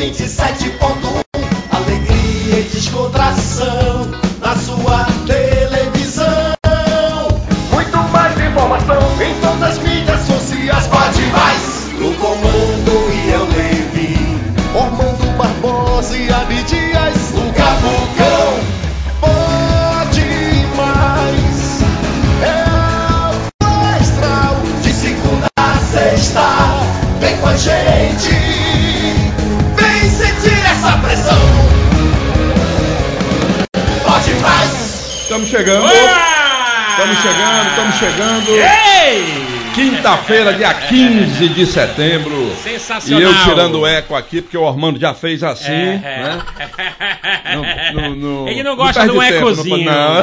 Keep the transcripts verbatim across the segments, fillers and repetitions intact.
vinte e sete ponto um, alegria e descontração na sua televisão. Muito mais informação em todas as mídias sociais. Pode mais no comando e eu Levi, Ormando Barbosa e Abdias, o Cabucão. Pode mais, é o Astral de segunda a sexta. Vem com a gente, vem sentir essa pressão. Pode mais. Estamos chegando. Estamos chegando, estamos chegando. Ei! Quinta-feira, dia quinze de setembro. Sensacional. E eu tirando o eco aqui, porque o Ormando já fez assim, É. né? No, no, no, Ele não gosta perde do tempo, ecozinho. Não.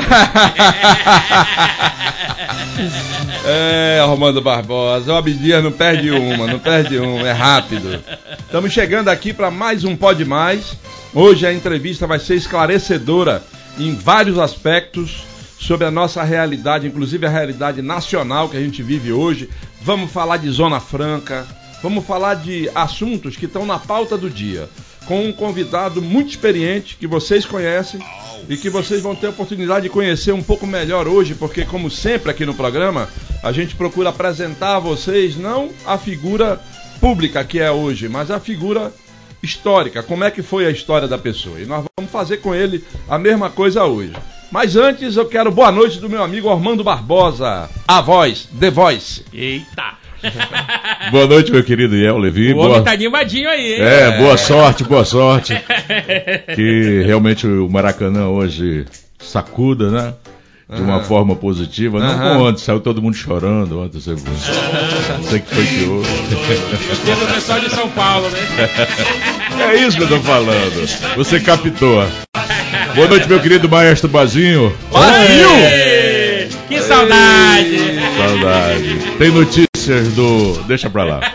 É, Ormando Barbosa, o Abdias não perde uma, não perde uma, é rápido. Estamos chegando aqui para mais um Pode Mais. Hoje a entrevista vai ser esclarecedora em vários aspectos sobre a nossa realidade, inclusive a realidade nacional que a gente vive hoje. Vamos falar de Zona Franca, vamos falar de assuntos que estão na pauta do dia, com um convidado muito experiente que vocês conhecem e que vocês vão ter a oportunidade de conhecer um pouco melhor hoje, porque como sempre aqui no programa, a gente procura apresentar a vocês não a figura pública que é hoje, mas a figura histórica, como é que foi a história da pessoa. E nós vamos fazer com ele a mesma coisa hoje. Mas antes eu quero boa noite do meu amigo Ormando Barbosa, a voz, The Voice. Eita! Boa noite, meu querido Iel Levi. O boa... homem tá animadinho aí, hein? É, boa sorte, boa sorte. Que realmente o Maracanã hoje sacuda, né? De uma Uhum. forma positiva. Não Uhum. como ontem, saiu todo mundo chorando ontem. Você... Não sei o que foi que houve. Gostei do pessoal de São Paulo, né? É isso que eu tô falando. Você captou. Boa noite, meu querido maestro Bazinho. Ei, que saudade! Saudade. Tem notícias do... Deixa pra lá.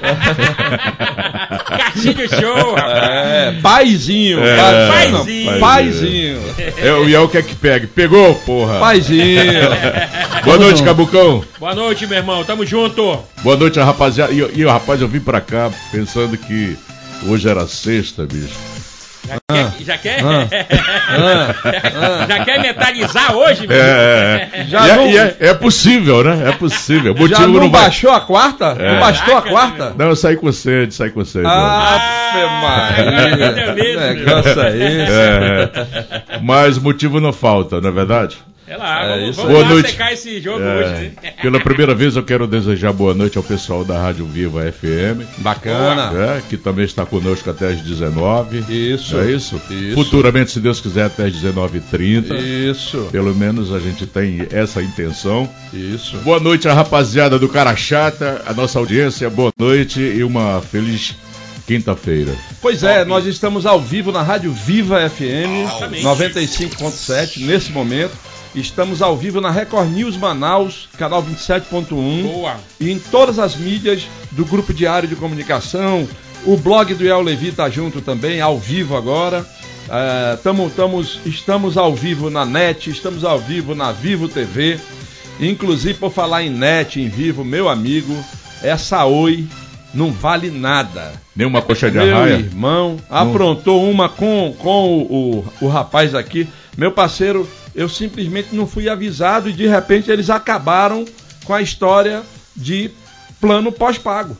Caixinho show, rapaz! É, paizinho, É, paizinho, não, paizinho. paizinho, É, o Iel quer que pegue. Pegou, porra. paizinho. Boa noite, Cabucão. Boa noite, meu irmão, tamo junto! Boa noite, rapaziada. E, e rapaz, eu vim pra cá pensando que hoje era sexta, bicho. Já Ah. quer, já quer, Ah. Ah. Ah. já quer metalizar hoje, meu irmão? É, é, é. Já E é, não- e é, é possível, né? É possível. O Já motivo não não vai... baixou a quarta? É. Não bastou a Caraca, quarta? Não, eu saí com sede, saí com sede. Ave Maria. é mesmo, Que negócio é esse? É, é. Mas motivo não falta, não é verdade? É lá, É vamos, isso vamos aí. lá Boa noite. secar esse jogo É. hoje, né? Pela primeira vez eu quero desejar boa noite ao pessoal da Rádio Viva F M, Bacana. né, que também está conosco até às dezenove. Isso. Não é isso? Isso. Futuramente, se Deus quiser, até às dezenove e trinta. Isso. Pelo menos a gente tem essa intenção. Isso. Boa noite à rapaziada do Cara Chata, a nossa audiência, boa noite e uma feliz quinta-feira. Pois é, nós estamos ao vivo na Rádio Viva F M Exatamente. noventa e cinco ponto sete nesse momento. Estamos ao vivo na Record News Manaus, canal vinte e sete ponto um. Boa! E em todas as mídias do Grupo Diário de Comunicação. O blog do Iel Levi tá junto também, ao vivo agora. É, tamo, tamos, estamos ao vivo na net, estamos ao vivo na Vivo T V. Inclusive, por falar em net, em vivo, meu amigo, essa Oi não vale nada. Nenhuma coxa de Meu arraia? irmão aprontou uma com, com o, o, o rapaz aqui. Meu parceiro, eu simplesmente não fui avisado e de repente eles acabaram com a história de plano pós-pago.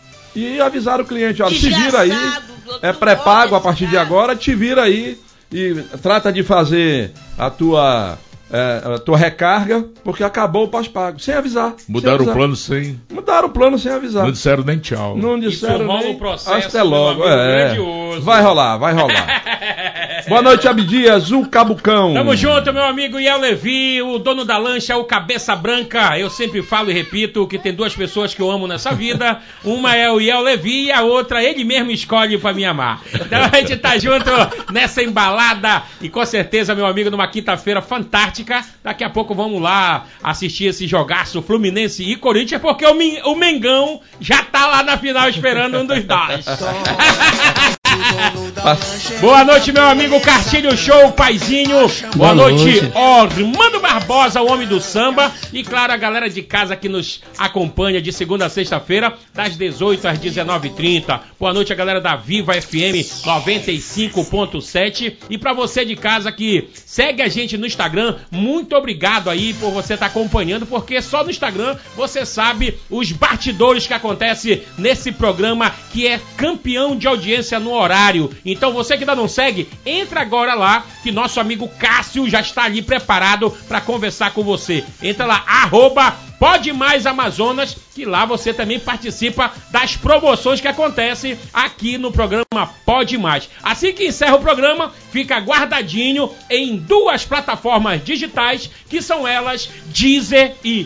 E avisaram o cliente, ó, se vira aí, é pré-pago a partir de agora, te vira aí e trata de fazer a tua, é, a tua recarga, porque acabou o pós-pago, sem avisar. Mudaram sem o avisar. plano sem... Mudaram o plano sem avisar. Não disseram nem tchau. Não disseram Informou nem no processo, até logo. meu amigo, É. grandioso. Vai rolar, vai rolar. Boa noite, Abdias, o Cabucão. Tamo junto, meu amigo Iel Levi, o dono da lancha, o Cabeça Branca. Eu sempre falo e repito que tem duas pessoas que eu amo nessa vida. Uma é o Iel Levi e a outra ele mesmo escolhe pra me amar. Então a gente tá junto nessa embalada e com certeza, meu amigo, numa quinta-feira fantástica. Daqui a pouco vamos lá assistir esse jogaço Fluminense e Corinthians, porque o, Men- o Mengão já tá lá na final esperando um dos dois. Boa noite, meu amigo Cartilho Show, paizinho. Boa, Boa noite, Ormando Barbosa, o homem do samba. E claro, a galera de casa que nos acompanha de segunda a sexta-feira, das dezoito às dezenove e trinta. Boa noite a galera da Viva F M noventa e cinco ponto sete. E pra você de casa que segue a gente no Instagram, muito obrigado aí por você estar acompanhando, porque só no Instagram você sabe os bastidores que acontecem nesse programa que é campeão de audiência no horário. Então você que ainda não segue, entra agora lá, que nosso amigo Cássio já está ali preparado para conversar com você. Entra lá, arroba Pode Mais Amazonas, que lá você também participa das promoções que acontecem aqui no programa Pode Mais. Assim que encerra o programa, fica guardadinho em duas plataformas digitais, que são elas, Deezer e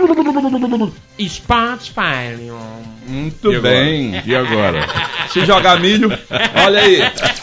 Spotify. Muito e bem. E agora? Se jogar milho, olha aí.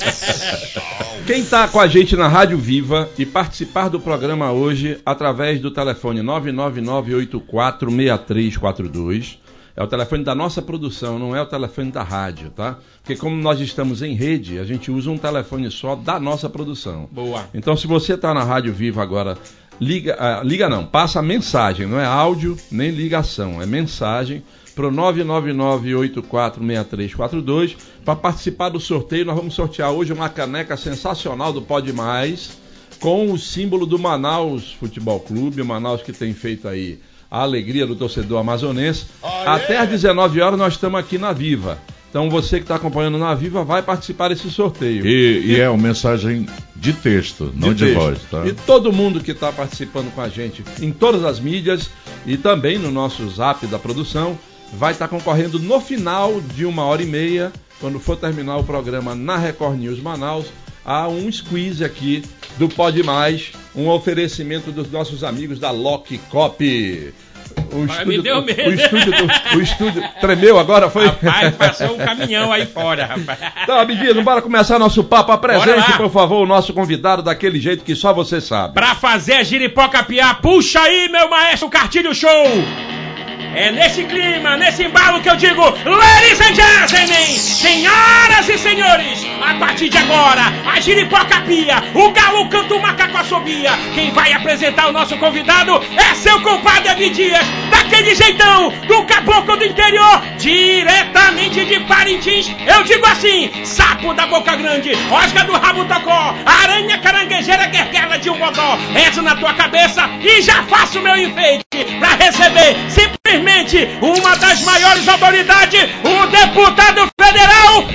Quem está com a gente na Rádio Viva e participar do programa hoje através do telefone nove nove nove oito quatro seis três quatro dois, é o telefone da nossa produção, não é o telefone da rádio, tá? Porque como nós estamos em rede, a gente usa um telefone só da nossa produção. Boa. Então se você está na Rádio Viva agora, liga, uh, liga não, passa mensagem, não é áudio nem ligação, é mensagem para o nove nove nove oito quatro seis três quatro dois para participar do sorteio. Nós vamos sortear hoje uma caneca sensacional do Pode Mais, com o símbolo do Manaus Futebol Clube, o Manaus que tem feito aí a alegria do torcedor amazonense. Oh, Até yeah. às dezenove horas nós estamos aqui na Viva. Então você que está acompanhando na Viva vai participar desse sorteio. E, e é uma mensagem de texto, não de, de texto. voz, tá? E todo mundo que está participando com a gente em todas as mídias e também no nosso zap da produção vai estar concorrendo no final de uma hora e meia, quando for terminar o programa na Record News Manaus, a um squeeze aqui do Pode Mais, um oferecimento dos nossos amigos da Lock Cop. O estúdio, me deu medo. O, o, estúdio do, o estúdio tremeu agora, foi? Rapaz, passou um caminhão aí fora, rapaz. Então, Abdias, bora começar nosso papo. Apresente, por favor, o nosso convidado daquele jeito que só você sabe. Pra fazer a giripoca piar, puxa aí, meu maestro Cartilho Show! É nesse clima, nesse embalo que eu digo, ladies and gentlemen, senhoras e senhores, a partir de agora, a giripoca pia, o galo canta, o macaco assobia. Quem vai apresentar o nosso convidado é seu compadre Abdias, daquele jeitão, do caboclo do interior, diretamente de Parintins. Eu digo assim, sapo da boca grande, osga do rabo tocó, aranha caranguejeira guerguela de um bodó. Entra na tua cabeça e já faço o meu enfeite pra receber simplesmente uma das maiores autoridades, o deputado federal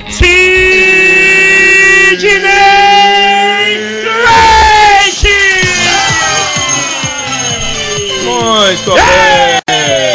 Sidney Leite! Muito bem!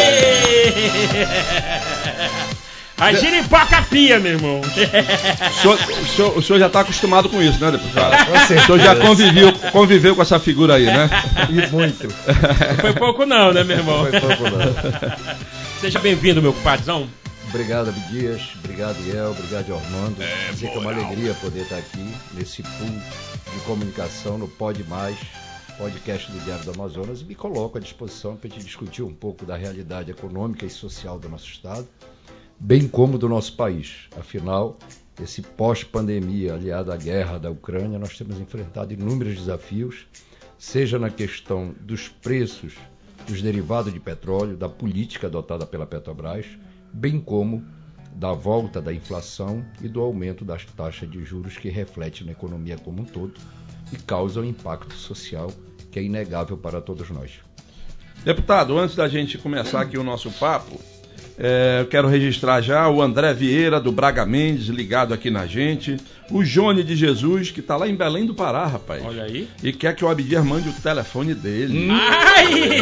A giripoca pia, meu irmão. O senhor, o senhor, o senhor já está acostumado com isso, né, deputado? O senhor já conviveu, conviveu com essa figura aí, né? E muito. Não foi pouco não, né, meu irmão? Não foi pouco não. Seja bem-vindo, meu compadrezão. Obrigado, Abdias. Obrigado, Iel. Obrigado, Ormando. É, dizer que é uma alegria poder estar aqui nesse pool de comunicação no Pode Mais, podcast do Diário do Amazonas, e me coloco à disposição para a gente discutir um pouco da realidade econômica e social do nosso estado, bem como do nosso país. Afinal, esse pós-pandemia, aliado à guerra da Ucrânia, nós temos enfrentado inúmeros desafios, seja na questão dos preços dos derivados de petróleo, da política adotada pela Petrobras, bem como da volta da inflação e do aumento das taxas de juros que reflete na economia como um todo e causa um impacto social que é inegável para todos nós. Deputado, antes da gente começar aqui o nosso papo, É, eu quero registrar já o André Vieira, do Braga Mendes, ligado aqui na gente. O Jônio de Jesus, que tá lá em Belém do Pará, rapaz. Olha aí. E quer que o Abdias mande o telefone dele. Ai!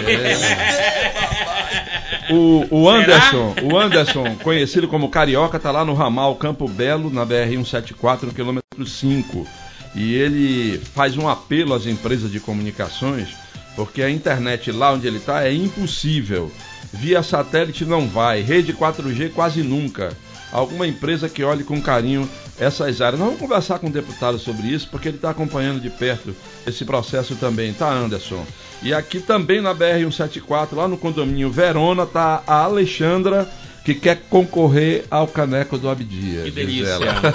É. O, o Anderson, o Anderson, conhecido como Carioca, tá lá no ramal Campo Belo, na B R cento e setenta e quatro, no quilômetro cinco. E ele faz um apelo às empresas de comunicações, porque a internet lá onde ele tá é impossível. Via satélite não vai, rede quatro G quase nunca. Alguma empresa que olhe com carinho essas áreas. Nós vamos conversar com o deputado sobre isso, porque ele está acompanhando de perto esse processo também, tá, Anderson? E aqui também na B R cento e setenta e quatro, lá no condomínio Verona, tá a Alexandra, que quer concorrer ao caneco do Abdias. Que delícia.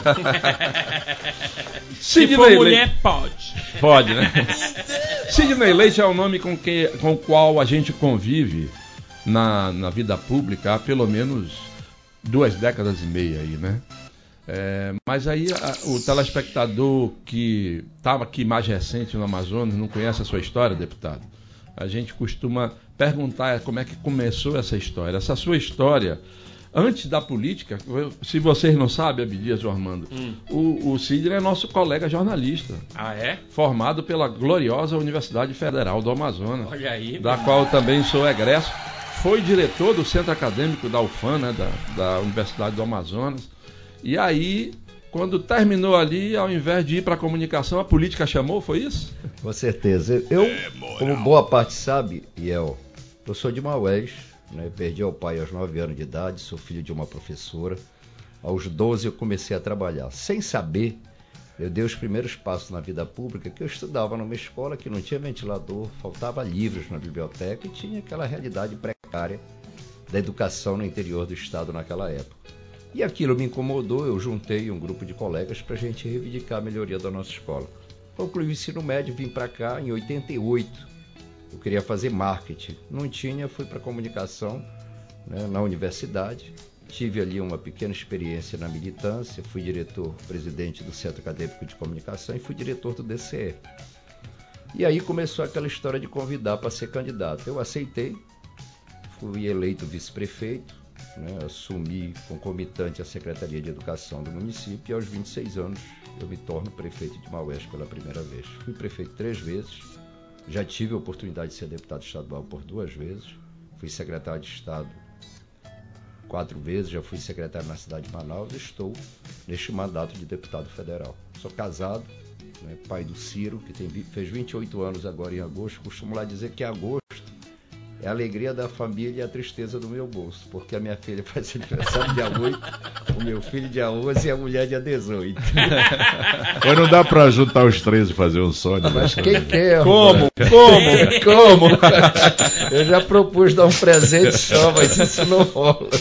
Se for mulher, Le... pode. Pode, né? Sidney Leite é o nome com, que, com o qual a gente convive na, na vida pública há pelo menos duas décadas e meia aí, né? É, mas aí a, o telespectador que estava aqui mais recente no Amazonas não conhece a sua história, deputado. A gente costuma perguntar como é que começou essa história. Essa sua história, antes da política, se vocês não sabem, Abdias ou Armando, hum. o, o Sidney é nosso colega jornalista. Ah, é? Formado pela gloriosa Universidade Federal do Amazonas. Olha aí. Da qual também sou egresso. Foi diretor do Centro Acadêmico da U F A M, né, da, da Universidade do Amazonas. E aí, quando terminou ali, ao invés de ir para a comunicação, a política chamou, foi isso? Com certeza. Eu, é, como boa parte sabe, Iel, eu sou de Maués, né? Perdi o pai aos nove anos de idade, sou filho de uma professora. Aos doze eu comecei a trabalhar. Sem saber, eu dei os primeiros passos na vida pública, que eu estudava numa escola que não tinha ventilador, faltava livros na biblioteca e tinha aquela realidade precária da educação no interior do estado naquela época. E aquilo me incomodou, eu juntei um grupo de colegas para a gente reivindicar a melhoria da nossa escola. Concluí o ensino médio, vim para cá em oitenta e oito. Eu queria fazer marketing. Não tinha, fui para comunicação, né, na universidade. Tive ali uma pequena experiência na militância, fui diretor-presidente do Centro Acadêmico de Comunicação e fui diretor do D C E. E aí começou aquela história de convidar para ser candidato. Eu aceitei, fui eleito vice-prefeito. Né, assumi concomitante a Secretaria de Educação do município e aos vinte e seis anos eu me torno prefeito de Maués pela primeira vez. Fui prefeito três vezes, já tive a oportunidade de ser deputado estadual por duas vezes, fui secretário de Estado quatro vezes, já fui secretário na cidade de Manaus e estou neste mandato de deputado federal. Sou casado, né, pai do Ciro, que tem, fez vinte e oito anos agora em agosto. Costumo lá dizer que agosto é a alegria da família e a tristeza do meu bolso, porque a minha filha faz aniversário dia oito, o meu filho dia onze e a mulher dia dezoito. Mas não dá pra juntar os três e fazer um só, né? Mas quem quer? Como? Como? Como? Eu já propus dar um presente só, mas isso não rola.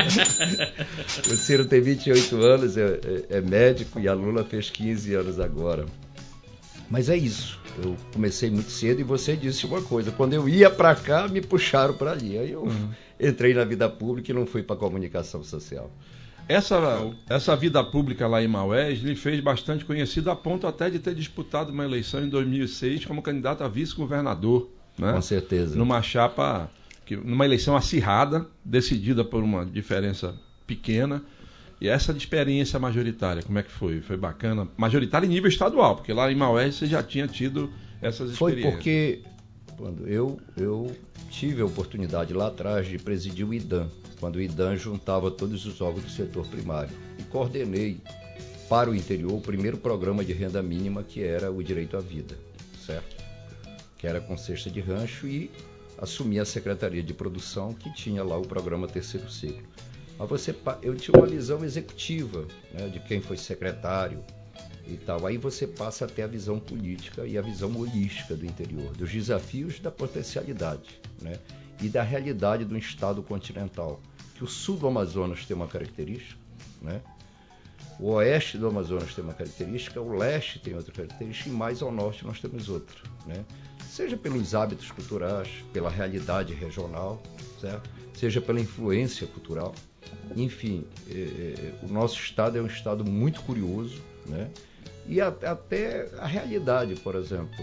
O Ciro tem vinte e oito anos, é, é, é médico e a Lula fez quinze anos agora. Mas é isso. Eu comecei muito cedo e você disse uma coisa. Quando eu ia para cá, me puxaram para ali. Aí eu uhum. entrei na vida pública e não fui para a comunicação social. Essa, essa vida pública lá em Maués lhe fez bastante conhecido, a ponto até de ter disputado uma eleição em dois mil e seis como candidato a vice-governador. Né? Com certeza. Numa chapa, que, numa eleição acirrada, decidida por uma diferença pequena. E essa de experiência majoritária, como é que foi? Foi bacana? Majoritária em nível estadual, porque lá em Maués você já tinha tido essas experiências. Foi porque quando eu, eu tive a oportunidade lá atrás de presidir o IDAM, quando o IDAM juntava todos os órgãos do setor primário. E coordenei para o interior o primeiro programa de renda mínima, que era o Direito à Vida, certo? Que era com cesta de rancho, e assumi a Secretaria de Produção, que tinha lá o programa Terceiro Ciclo. Mas você, eu tinha uma visão executiva, né, de quem foi secretário e tal. Aí você passa a ter a visão política e a visão holística do interior, dos desafios, da potencialidade, né, e da realidade do estado continental. Que o sul do Amazonas tem uma característica, né, o oeste do Amazonas tem uma característica, o leste tem outra característica e mais ao norte nós temos outra, né? Seja pelos hábitos culturais, pela realidade regional, certo? Seja pela influência cultural. Enfim, é, é, o nosso estado é um estado muito curioso, né? E a, até a realidade, por exemplo.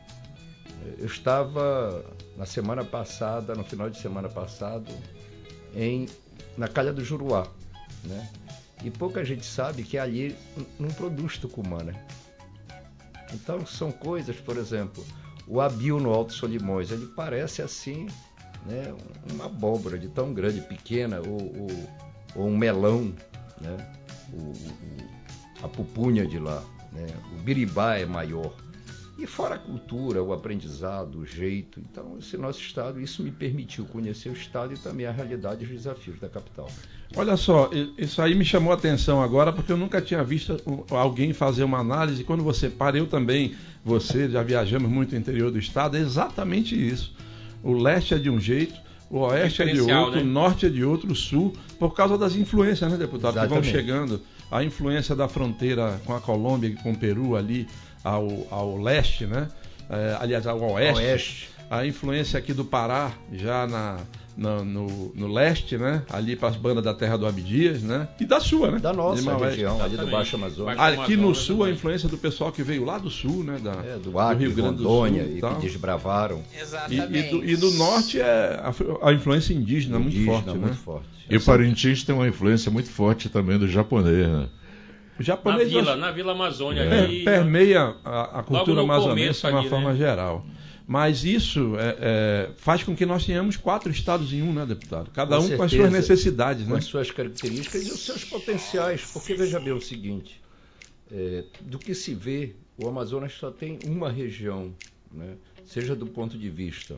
Eu estava na semana passada, no final de semana passado, em, na Calha do Juruá, né? E pouca gente sabe que ali não produz tucumã, né? Então são coisas, por exemplo, o abil no Alto Solimões, ele parece assim, né, uma abóbora de tão grande, pequena, ou, ou, ou um melão, né, o, o, a pupunha de lá, né, o biribá é maior. E fora a cultura, o aprendizado, o jeito. Então, esse nosso estado, isso me permitiu conhecer o estado e também a realidade e os desafios da capital. Olha só, isso aí me chamou a atenção agora, porque eu nunca tinha visto alguém fazer uma análise. Quando você para, eu também, você, já viajamos muito no interior do estado, é exatamente isso. O leste é de um jeito, O oeste é de outro, né? O norte é de outro, o sul, por causa das influências, né, deputado? Exatamente. Que vão chegando. A influência da fronteira com a Colômbia e com o Peru ali ao, ao leste, né? É, aliás, ao oeste. oeste. A influência aqui do Pará, já na, na, no, no leste, né? Ali para as bandas da terra do Abdias, né? E da sua, né? Da nossa região, ali do Baixo Amazonas. Aqui no sul, a influência do pessoal que veio lá do sul, né? Da, é, do Acre, do Rio Grande Rondônia, do Sul. E, e que desbravaram. Exatamente. E, e, do, e do norte é a, a influência indígena, indígena muito forte, muito né? forte. E o Parintins tem uma influência muito forte também do japonês, né? O japonês na vila, na Vila Amazônia. É, ali, permeia a, a cultura amazonense de uma ali, forma né? geral. Mas isso é, é, faz com que nós tenhamos quatro estados em um, né, deputado? Cada com um certeza, com as suas necessidades, com né? as suas características e os seus potenciais. Porque veja bem o seguinte, é, do que se vê, o Amazonas só tem uma região, né? Seja do ponto de vista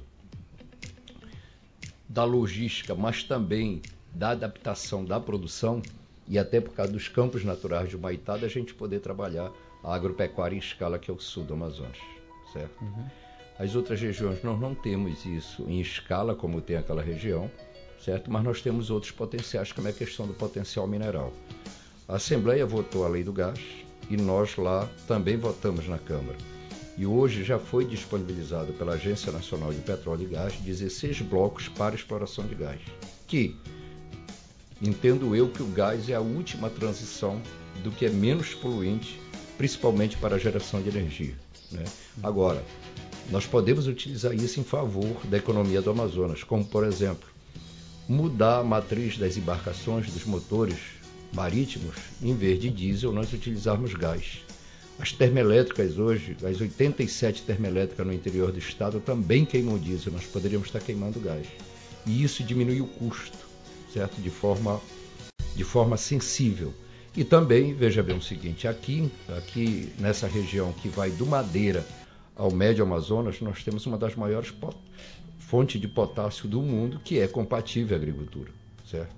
da logística, mas também da adaptação da produção, e até por causa dos campos naturais de Humaitá, da gente poder trabalhar a agropecuária em escala, que é o sul do Amazonas, certo? Uhum. As outras regiões nós não temos isso em escala como tem aquela região, certo? Mas nós temos outros potenciais, como é a questão do potencial mineral. A Assembleia votou a Lei do Gás e nós lá também votamos na Câmara. E hoje já foi disponibilizado pela Agência Nacional de Petróleo e Gás dezesseis blocos para exploração de gás, que entendo eu que o gás é a última transição do que é menos poluente, principalmente para a geração de energia, né? Agora, nós podemos utilizar isso em favor da economia do Amazonas, como, por exemplo, mudar a matriz das embarcações, dos motores marítimos, em vez de diesel, nós utilizarmos gás. As termoelétricas hoje, as oitenta e sete termoelétricas no interior do estado também queimam diesel, nós poderíamos estar queimando gás. E isso diminui o custo, certo? De forma, de forma sensível. E também, veja bem o seguinte, aqui, aqui nessa região que vai do Madeira ao Médio Amazonas, nós temos uma das maiores pot- fontes de potássio do mundo, que é compatível à agricultura, certo?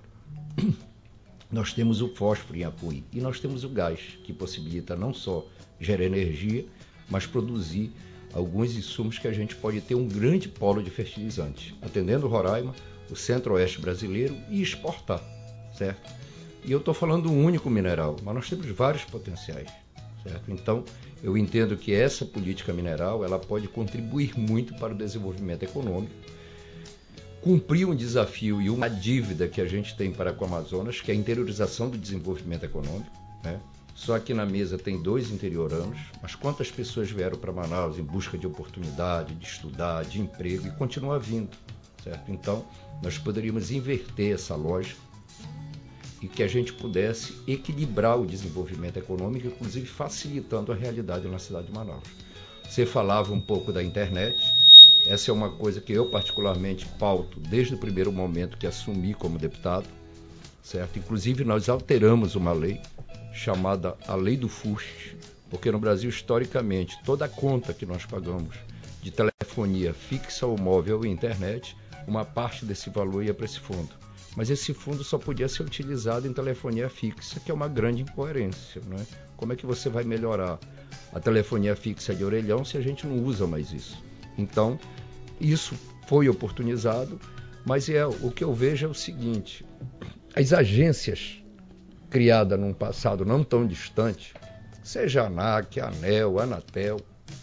Nós temos o fósforo em Apuí e nós temos o gás, que possibilita não só gerar energia, mas produzir alguns insumos que a gente pode ter um grande polo de fertilizantes, atendendo Roraima, o centro-oeste brasileiro, e exportar, certo? E eu estou falando um único mineral, mas nós temos vários potenciais, certo? Então, eu entendo que essa política mineral ela pode contribuir muito para o desenvolvimento econômico, cumprir um desafio e uma dívida que a gente tem para com o Amazonas, que é a interiorização do desenvolvimento econômico, né? Só aqui na mesa tem dois interioranos, mas quantas pessoas vieram para Manaus em busca de oportunidade, de estudar, de emprego, e continua vindo, certo? Então, nós poderíamos inverter essa lógica e que a gente pudesse equilibrar o desenvolvimento econômico, inclusive facilitando a realidade na cidade de Manaus. Você falava um pouco da internet, essa é uma coisa que eu particularmente pauto desde o primeiro momento que assumi como deputado, certo? Inclusive nós alteramos uma lei chamada a Lei do F U S, porque no Brasil, historicamente, toda a conta que nós pagamos de telefonia fixa ou móvel e internet, uma parte desse valor ia para esse fundo. Mas esse fundo só podia ser utilizado em telefonia fixa, que é uma grande incoerência, não é? Como é que você vai melhorar a telefonia fixa de orelhão se a gente não usa mais isso? Então, isso foi oportunizado, mas é, o que eu vejo é o seguinte, as agências criadas num passado não tão distante, seja a ANAC, a ANEEL, a Anatel,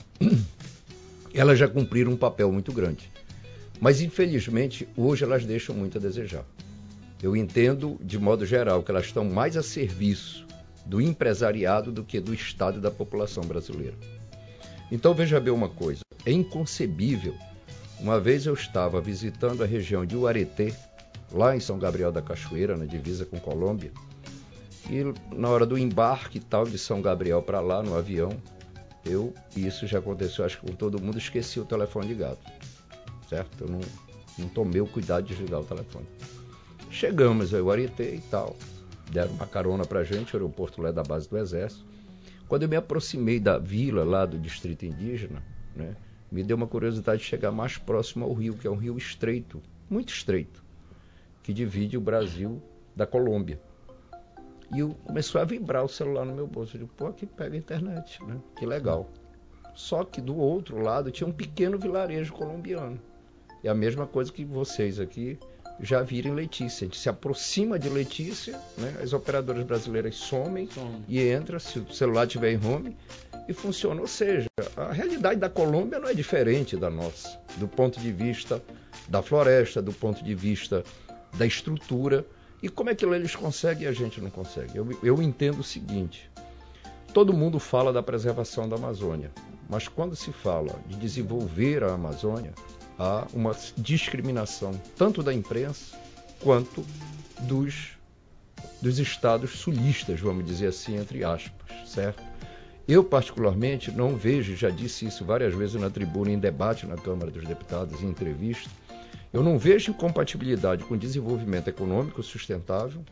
elas já cumpriram um papel muito grande. Mas, infelizmente, hoje elas deixam muito a desejar. Eu entendo, de modo geral, que elas estão mais a serviço do empresariado do que do Estado e da população brasileira. Então, veja bem uma coisa, é inconcebível. Uma vez eu estava visitando a região de Uaretê, lá em São Gabriel da Cachoeira, na divisa com Colômbia, e na hora do embarque tal de São Gabriel para lá, no avião, eu, e isso já aconteceu, acho que com todo mundo, esqueci o telefone ligado, certo? Eu não, não tomei o cuidado de desligar o telefone. Chegamos a Uaretê e tal, deram uma carona pra gente, o aeroporto lá é da base do Exército. Quando eu me aproximei da vila lá do distrito indígena, né, me deu uma curiosidade de chegar mais próximo ao rio, que é um rio estreito, muito estreito, que divide o Brasil da Colômbia. E eu, começou a vibrar o celular no meu bolso. Eu digo, pô, aqui pega a internet, né? Que legal. Só que do outro lado tinha um pequeno vilarejo colombiano, É a mesma coisa que vocês aqui já viram em Letícia. A gente se aproxima de Letícia, né? As operadoras brasileiras somem Som. e entra, se o celular estiver em home, e funciona. Ou seja, a realidade da Colômbia não é diferente da nossa, do ponto de vista da floresta, do ponto de vista da estrutura. E como é que eles conseguem e a gente não consegue? Eu, eu entendo o seguinte: todo mundo fala da preservação da Amazônia, mas quando se fala de desenvolver a Amazônia, há uma discriminação tanto da imprensa quanto dos, dos estados sulistas, vamos dizer assim, entre aspas, certo? Eu, particularmente, não vejo, já disse isso várias vezes na tribuna, em debate na Câmara dos Deputados, em entrevista, eu não vejo incompatibilidade com o desenvolvimento econômico sustentável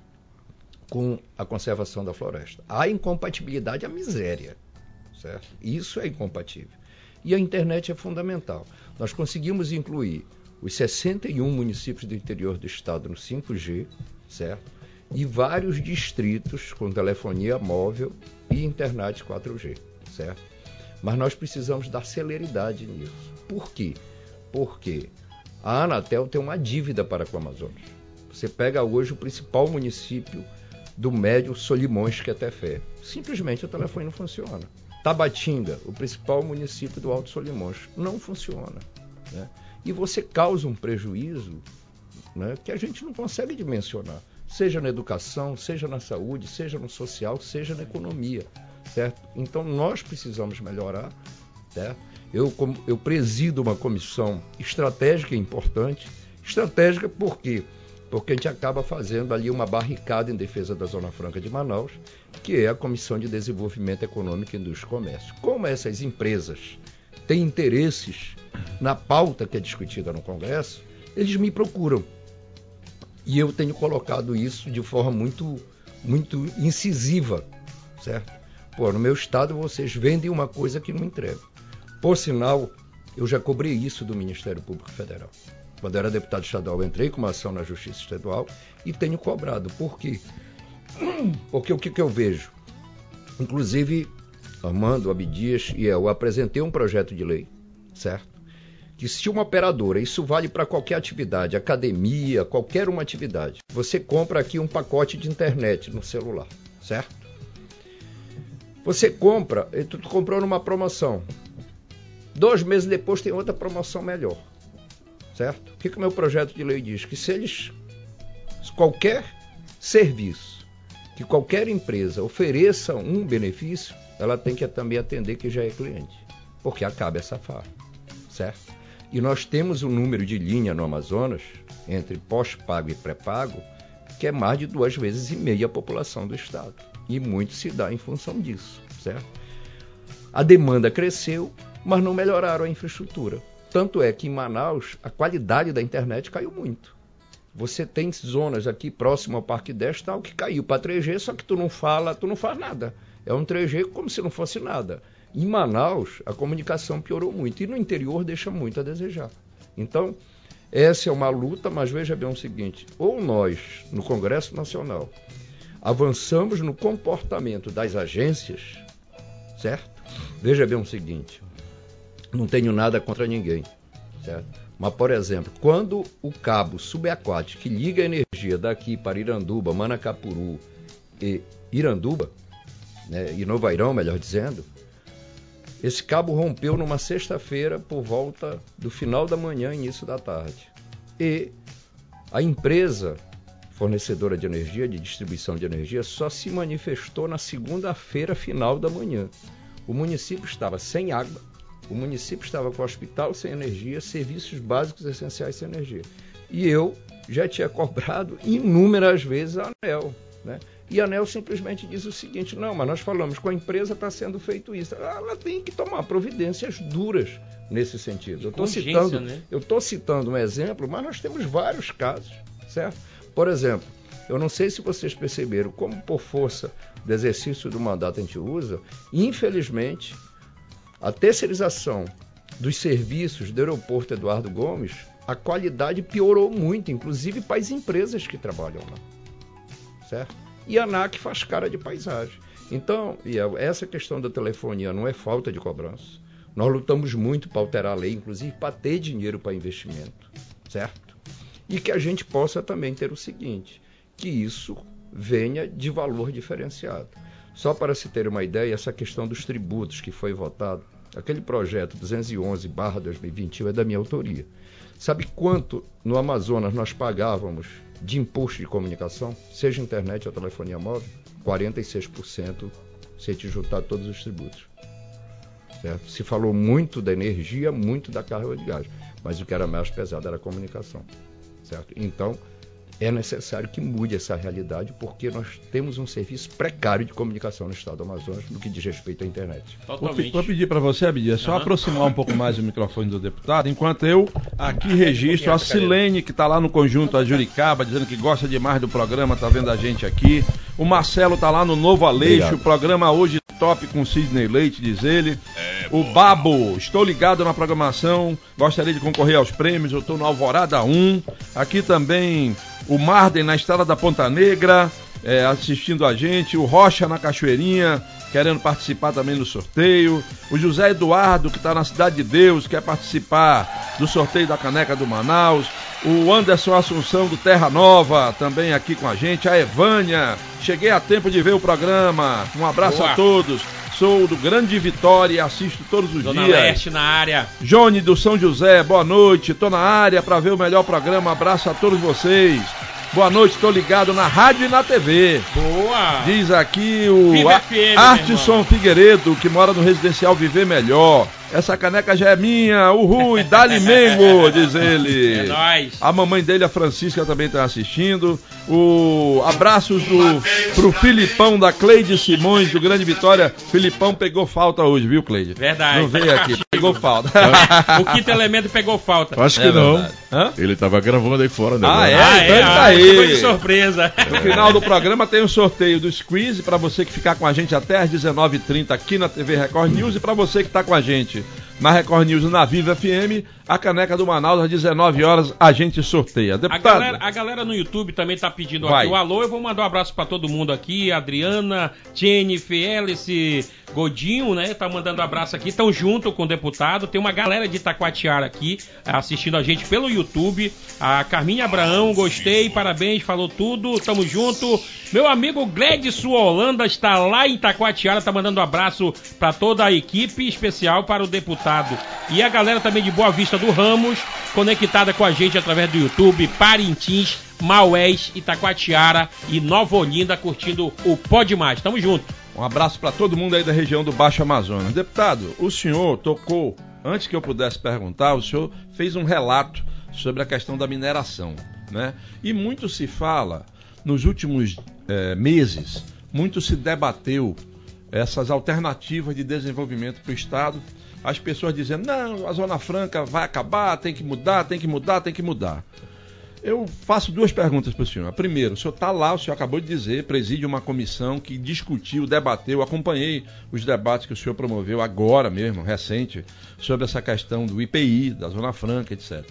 com a conservação da floresta. Há incompatibilidade à miséria, certo? Isso é incompatível. E a internet é fundamental. Nós conseguimos incluir os sessenta e um municípios do interior do estado no cinco G, certo? E vários distritos com telefonia móvel e internet quatro G, certo? Mas nós precisamos dar celeridade nisso. Por quê? Porque a Anatel tem uma dívida para com o Amazonas. Você pega hoje o principal município do Médio Solimões, que é Tefé. Simplesmente o telefone não funciona. Tabatinga, o principal município do Alto Solimões, não funciona, né? E você causa um prejuízo, né, que a gente não consegue dimensionar, seja na educação, seja na saúde, seja no social, seja na economia, certo? Então nós precisamos melhorar, certo? Eu, como, eu presido uma comissão estratégica importante. Estratégica por quê? Porque a gente acaba fazendo ali uma barricada em defesa da Zona Franca de Manaus, que é a Comissão de Desenvolvimento Econômico, Indústria e Comércio. Como essas empresas têm interesses na pauta que é discutida no Congresso, eles me procuram. E eu tenho colocado isso de forma muito, muito incisiva, certo? Pô, no meu estado vocês vendem uma coisa que não entregam. Por sinal, eu já cobrei isso do Ministério Público Federal. Quando eu era deputado estadual, eu entrei com uma ação na Justiça Estadual e tenho cobrado. Por quê? Porque o que, que eu vejo? Inclusive, Armando, Abdias e eu apresentei um projeto de lei, certo? Que se uma operadora, isso vale para qualquer atividade, academia, qualquer uma atividade, você compra aqui um pacote de internet no celular, certo? Você compra, tu comprou numa promoção. Dois meses depois tem outra promoção melhor, certo? O que, que o meu projeto de lei diz? Que se eles, qualquer serviço, que qualquer empresa ofereça um benefício, ela tem que também atender que já é cliente, porque acaba essa farra, certo? E nós temos um número de linha no Amazonas, entre pós-pago e pré-pago, que é mais de duas vezes e meia a população do estado. E muito se dá em função disso, certo? A demanda cresceu, mas não melhoraram a infraestrutura. Tanto é que em Manaus a qualidade da internet caiu muito. Você tem zonas aqui próximo ao Parque dez tal que caiu para três G, só que tu não fala, tu não faz nada. É um três G como se não fosse nada. Em Manaus a comunicação piorou muito e no interior deixa muito a desejar. Então essa é uma luta, mas veja bem o seguinte: ou nós no Congresso Nacional avançamos no comportamento das agências, certo? Veja bem o seguinte: não tenho nada contra ninguém, certo? Mas, por exemplo, quando o cabo subaquático que liga a energia daqui para Iranduba, Manacapuru e Iranduba, né, e Novairão, melhor dizendo, esse cabo rompeu numa sexta-feira por volta do final da manhã, início da tarde. E a empresa fornecedora de energia, de distribuição de energia, só se manifestou na segunda-feira, final da manhã. O município estava sem água, o município estava com o hospital sem energia, serviços básicos essenciais sem energia. E eu já tinha cobrado inúmeras vezes a ANEEL, né? E a ANEEL simplesmente diz o seguinte: não, mas nós falamos com a empresa, está sendo feito isso. Ela tem que tomar providências duras nesse sentido. Eu estou citando, né? eu estou citando um exemplo, mas nós temos vários casos, certo? Por exemplo, eu não sei se vocês perceberam como, por força do exercício do mandato, a gente usa, infelizmente, a terceirização dos serviços do aeroporto Eduardo Gomes, a qualidade piorou muito, inclusive para as empresas que trabalham lá, certo? E a ANAC faz cara de paisagem. Então, essa questão da telefonia não é falta de cobrança, Nós lutamos muito para alterar a lei, inclusive para ter dinheiro para investimento, certo? E que a gente possa também ter o seguinte, que isso venha de valor diferenciado. Só para se ter uma ideia, essa questão dos tributos que foi votado, aquele projeto duzentos e onze barra dois mil e vinte e um é da minha autoria. Sabe quanto no Amazonas nós pagávamos de imposto de comunicação, seja internet ou telefonia móvel? quarenta e seis por cento se te juntar todos os tributos. Certo? Se falou muito da energia, muito da carga de gás, mas o que era mais pesado era a comunicação. Certo? Então, é necessário que mude essa realidade, porque nós temos um serviço precário de comunicação no estado do Amazonas, no que diz respeito à internet. Totalmente. Vou pedir para você, Abdias, só Uhum. aproximar um pouco mais o microfone do deputado, enquanto eu aqui registro a Silene, que está lá no Conjunto a Juricaba, dizendo que gosta demais do programa, está vendo a gente aqui. O Marcelo está lá no Novo Aleixo, Obrigado. o programa hoje top com Sidney Leite, diz ele. O Babo, estou ligado na programação, gostaria de concorrer aos prêmios, eu estou no Alvorada um. Aqui também o Marden na Estrada da Ponta Negra, é, assistindo a gente. O Rocha na Cachoeirinha, querendo participar também do sorteio. O José Eduardo, que está na Cidade de Deus, quer participar do sorteio da caneca do Manaus. O Anderson Assunção do Terra Nova, também aqui com a gente. A Evânia, cheguei a tempo de ver o programa. Um abraço Boa. a todos. Sou do Grande Vitória e assisto todos os Dona dias. Leste na área. Johnny do São José, boa noite. Tô na área para ver o melhor programa. Abraço a todos vocês. Boa noite, tô ligado na rádio e na T V. Boa. Diz aqui o Viva A- F M, Artisson meu irmão. Figueiredo, que mora no residencial Viver Melhor. Essa caneca já é minha, uhul, e dá-lhe Mengo, diz ele. É nóis. A mamãe dele, a Francisca, também está assistindo. O abraços do, pro Filipão da Cleide Simões, do Grande Vitória. Filipão pegou falta hoje, viu, Cleide? Verdade. Não veio aqui, pegou falta. O quinto elemento pegou falta. Acho que É não. verdade. Hã? Ele tava gravando aí fora, né? Ah, é? Ah, então é, ele tá ah, aí. foi de surpresa. No final do programa tem um sorteio do Squeeze para você que ficar com a gente até às dezenove e trinta aqui na T V Record News, e para você que está com a gente na Record News na Viva F M, a caneca do Manaus às dezenove horas a gente sorteia. A Deputado, galera, a galera no YouTube também tá pedindo Vai. aqui o alô. Eu vou mandar um abraço pra todo mundo aqui. Adriana, Jennifer, Alice, Godinho, né? Tá mandando um abraço aqui. Estão junto com o deputado. Tem uma galera de Itacoatiara aqui assistindo a gente pelo YouTube. A Carminha Abraão, gostei, parabéns, falou tudo. Tamo junto. Meu amigo Gledson Holanda está lá em Itacoatiara, tá mandando um abraço pra toda a equipe, especial para o deputado. E a galera também de Boa Vista do Ramos, conectada com a gente através do YouTube, Parintins, Maués, Itacoatiara e Nova Olinda, curtindo o Pode Mais. Tamo junto. um abraço para todo mundo aí da região do Baixo Amazonas. Deputado, o senhor tocou, antes que eu pudesse perguntar, o senhor fez um relato sobre a questão da mineração, né? E muito se fala, nos últimos eh, meses, muito se debateu essas alternativas de desenvolvimento para o Estado. As pessoas dizendo, não, a Zona Franca vai acabar, tem que mudar, tem que mudar, tem que mudar. Eu faço duas perguntas para o senhor. Primeiro, o senhor está lá, o senhor acabou de dizer, preside uma comissão que discutiu, debateu, acompanhei os debates que o senhor promoveu agora mesmo, recente, sobre essa questão do I P I, da Zona Franca, etcétera.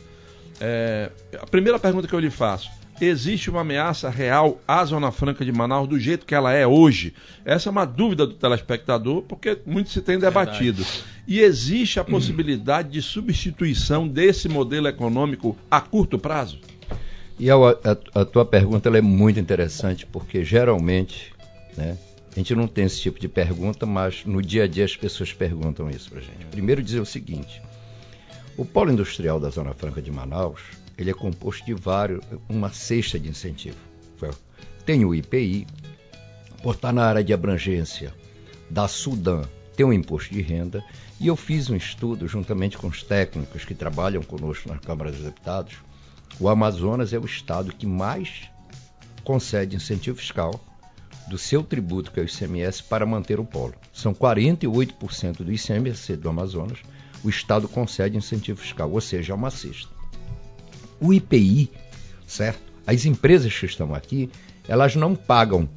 É, a primeira pergunta que eu lhe faço, existe uma ameaça real à Zona Franca de Manaus do jeito que ela é hoje? Essa é uma dúvida do telespectador, porque muito se tem debatido. E existe a possibilidade de substituição desse modelo econômico a curto prazo? E a, a, a tua pergunta ela é muito interessante, porque geralmente, né, a gente não tem esse tipo de pergunta, mas no dia a dia as pessoas perguntam isso pra gente. Primeiro dizer o seguinte, o polo industrial da Zona Franca de Manaus, ele é composto de vários, uma cesta de incentivo. Tem o I P I, por estar na área de abrangência da Sudan, tem um imposto de renda, e eu fiz um estudo juntamente com os técnicos que trabalham conosco na Câmara dos Deputados. O Amazonas é o estado que mais concede incentivo fiscal do seu tributo, que é o I C M S, para manter o polo. São quarenta e oito por cento do I C M S do Amazonas, o estado concede incentivo fiscal, ou seja, é uma cesta. O I P I, certo? As empresas que estão aqui, elas não pagam.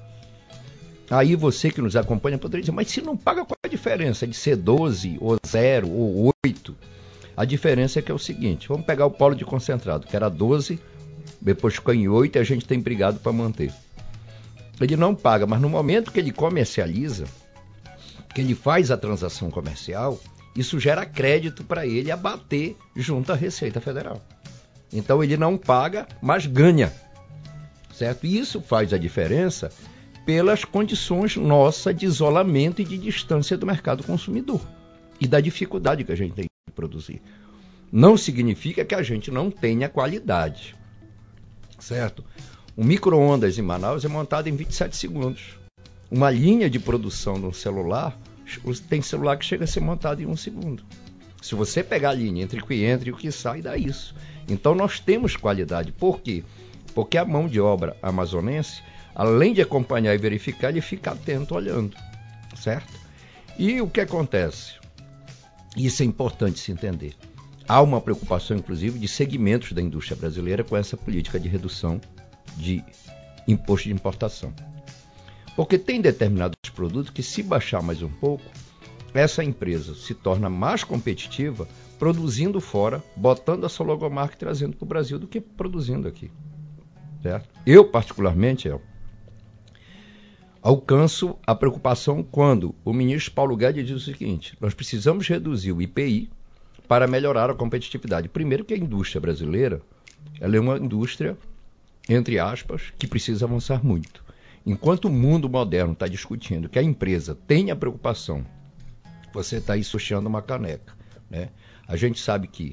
Aí você que nos acompanha poderia dizer, mas se não paga, qual é a diferença de ser doze, ou zero, ou oito? A diferença é que é o seguinte, vamos pegar o polo de concentrado, que era doze, depois ficou em oito e a gente tem brigado para manter. Ele não paga, mas no momento que ele comercializa, que ele faz a transação comercial, Isso gera crédito para ele abater junto à Receita Federal. Então ele não paga, mas ganha, certo? E isso faz a diferença pelas condições nossas de isolamento e de distância do mercado consumidor e da dificuldade que a gente tem de produzir. Não significa que a gente não tenha qualidade, certo? Um micro-ondas em Manaus é montado em vinte e sete segundos. Uma linha de produção de um celular, tem celular que chega a ser montado em um segundo. Se você pegar a linha entre o que entra e o que sai, dá isso. Então nós temos qualidade. Por quê? Porque a mão de obra amazonense, além de acompanhar e verificar, ele fica atento olhando, certo? E o que acontece? Isso é importante se entender. Há uma preocupação, inclusive, de segmentos da indústria brasileira com essa política de redução de imposto de importação. Porque tem determinados produtos que, se baixar mais um pouco, essa empresa se torna mais competitiva produzindo fora, botando a sua logomarca e trazendo para o Brasil do que produzindo aqui. Certo? Eu, particularmente, eu, alcanço a preocupação quando o ministro Paulo Guedes diz o seguinte: nós precisamos reduzir o I P I para melhorar a competitividade. Primeiro que a indústria brasileira, ela é uma indústria, entre aspas, que precisa avançar muito. Enquanto o mundo moderno está discutindo que a empresa tem a preocupação, você está aí sujeando uma caneca, né? A gente sabe que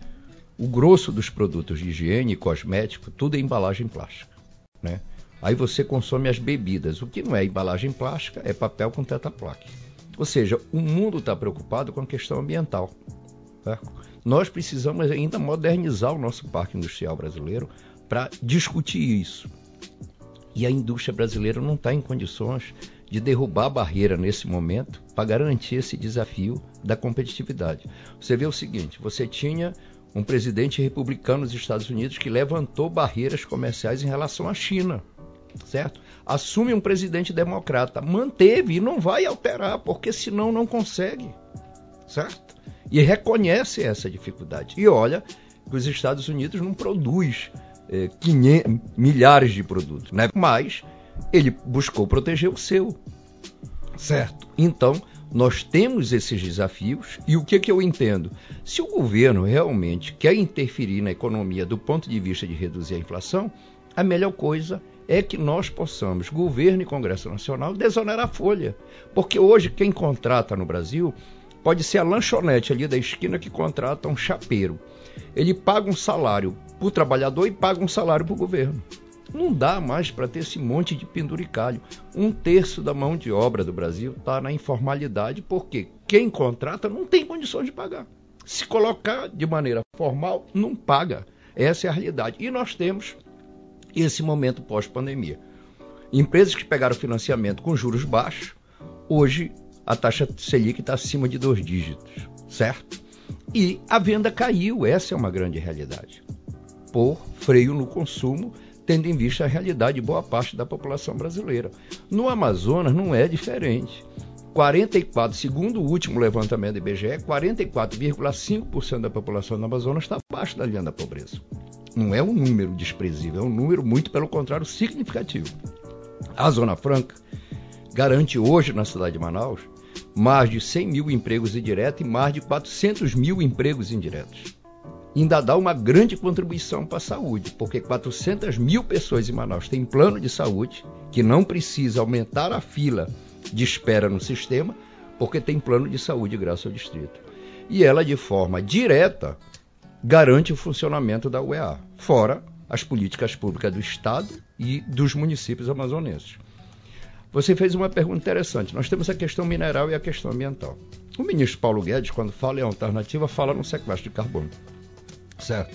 o grosso dos produtos de higiene e cosmético, tudo é embalagem plástica, né? Aí você consome as bebidas. O que não é embalagem plástica é papel com Tetrapack. Ou seja, o mundo está preocupado com a questão ambiental. Tá? Nós precisamos ainda modernizar o nosso parque industrial brasileiro para discutir isso. E a indústria brasileira não está em condições de derrubar a barreira nesse momento para garantir esse desafio da competitividade. Você vê o seguinte, você tinha um presidente republicano nos Estados Unidos que levantou barreiras comerciais em relação à China, certo? Assume um presidente democrata, manteve e não vai alterar, porque senão não consegue, certo? E reconhece essa dificuldade. E olha que os Estados Unidos não produz é, quinhentos, milhares de produtos, né? Mas ele buscou proteger o seu, certo? Então, nós temos esses desafios e o que, que eu entendo? Se o governo realmente quer interferir na economia do ponto de vista de reduzir a inflação, a melhor coisa é que nós possamos, governo e Congresso Nacional, desonerar a folha. Porque hoje quem contrata no Brasil pode ser a lanchonete ali da esquina que contrata um chapeiro. Ele paga um salário para o trabalhador e paga um salário para o governo. Não dá mais para ter esse monte de penduricalho. Um terço da mão de obra do Brasil está na informalidade porque quem contrata não tem condições de pagar. Se colocar de maneira formal, não paga. Essa é a realidade. E nós temos esse momento pós-pandemia. Empresas que pegaram financiamento com juros baixos, hoje a taxa Selic está acima de dois dígitos, certo? E a venda caiu, essa é uma grande realidade. Por freio no consumo, tendo em vista a realidade de boa parte da população brasileira. No Amazonas não é diferente. quarenta e quatro, segundo o último levantamento do I B G E, quarenta e quatro vírgula cinco por cento da população do Amazonas está abaixo da linha da pobreza. Não é um número desprezível, é um número, muito pelo contrário, significativo. A Zona Franca garante hoje na cidade de Manaus mais de cem mil empregos indiretos e mais de quatrocentos mil empregos indiretos. Ainda dá uma grande contribuição para a saúde, porque quatrocentas mil pessoas em Manaus têm plano de saúde, que não precisa aumentar a fila de espera no sistema, porque tem plano de saúde graças ao distrito. E ela, de forma direta, garante o funcionamento da U E A, fora as políticas públicas do Estado e dos municípios amazonenses. Você fez uma pergunta interessante. Nós temos a questão mineral e a questão ambiental. O ministro Paulo Guedes, quando fala em alternativa, fala no sequestro de carbono. Certo?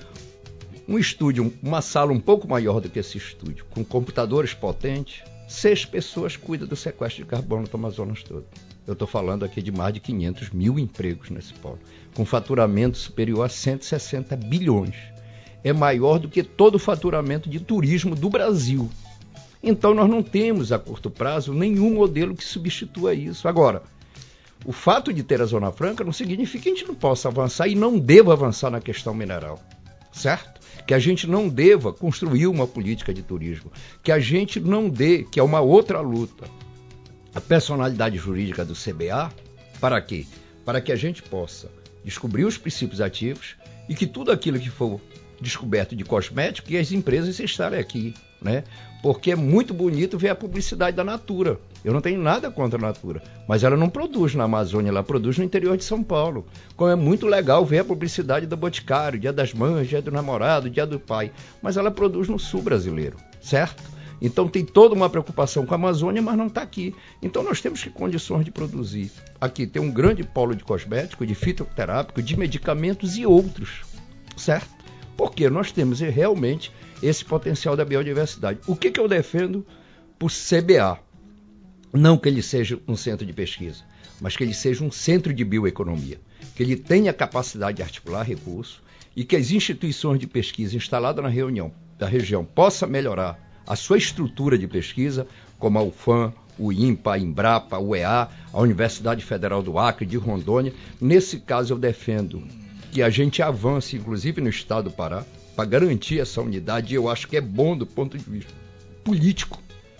Um estúdio, uma sala um pouco maior do que esse estúdio, com computadores potentes, seis pessoas cuidam do sequestro de carbono do Amazonas todo. Eu estou falando aqui de mais de quinhentos mil empregos nesse polo, com faturamento superior a cento e sessenta bilhões. É maior do que todo o faturamento de turismo do Brasil. Então nós não temos a curto prazo nenhum modelo que substitua isso. Agora, o fato de ter a Zona Franca não significa que a gente não possa avançar e não deva avançar na questão mineral, certo? Que a gente não deva construir uma política de turismo, que a gente não dê, que é uma outra luta, a personalidade jurídica do C B A, para quê? para que a gente possa descobrir os princípios ativos e que tudo aquilo que for descoberto de cosmético, que as empresas estarem aqui, né? Porque é muito bonito ver a publicidade da Natura. Eu não tenho nada contra a Natura, mas ela não produz na Amazônia, ela produz no interior de São Paulo. Como é muito legal ver a publicidade do Boticário, Dia das Mães, Dia do Namorado, Dia do Pai, mas ela produz no sul brasileiro, certo? Então tem toda uma preocupação com a Amazônia, mas não está aqui. Então nós temos que condições de produzir. Aqui tem um grande polo de cosmético, de fitoterápico, de medicamentos e outros, certo? Porque nós temos realmente esse potencial da biodiversidade. O que, que eu defendo por C B A? Não que ele seja um centro de pesquisa, mas que ele seja um centro de bioeconomia, que ele tenha capacidade de articular recursos e que as instituições de pesquisa instaladas na reunião da região possam melhorar a sua estrutura de pesquisa, como a U F A M, o INPA, a Embrapa, o E A, a Universidade Federal do Acre, de Rondônia. Nesse caso eu defendo que a gente avance, inclusive no estado do Pará, para garantir essa unidade, e eu acho que é bom do ponto de vista político,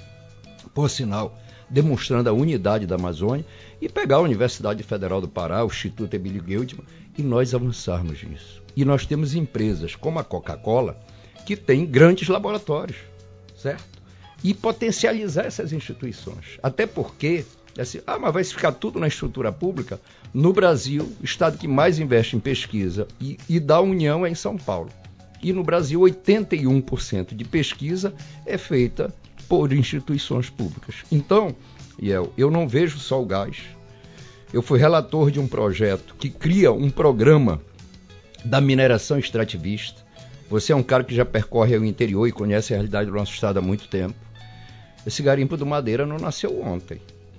por sinal, demonstrando a unidade da Amazônia, e pegar a Universidade Federal do Pará, o Instituto Emílio Goeldman, e nós avançarmos nisso. E nós temos empresas como a Coca-Cola, que tem grandes laboratórios, certo? E potencializar essas instituições. Até porque, assim, ah, mas vai ficar tudo na estrutura pública? No Brasil, o estado que mais investe em pesquisa e, e da União é em São Paulo. E no Brasil, oitenta e um por cento de pesquisa é feita por instituições públicas. Então, Iel, eu não vejo só o gás. Eu fui relator de um projeto que cria um programa da mineração extrativista. Você é um cara que já percorre o interior e conhece a realidade do nosso estado há muito tempo. Esse garimpo do Madeira não nasceu ontem,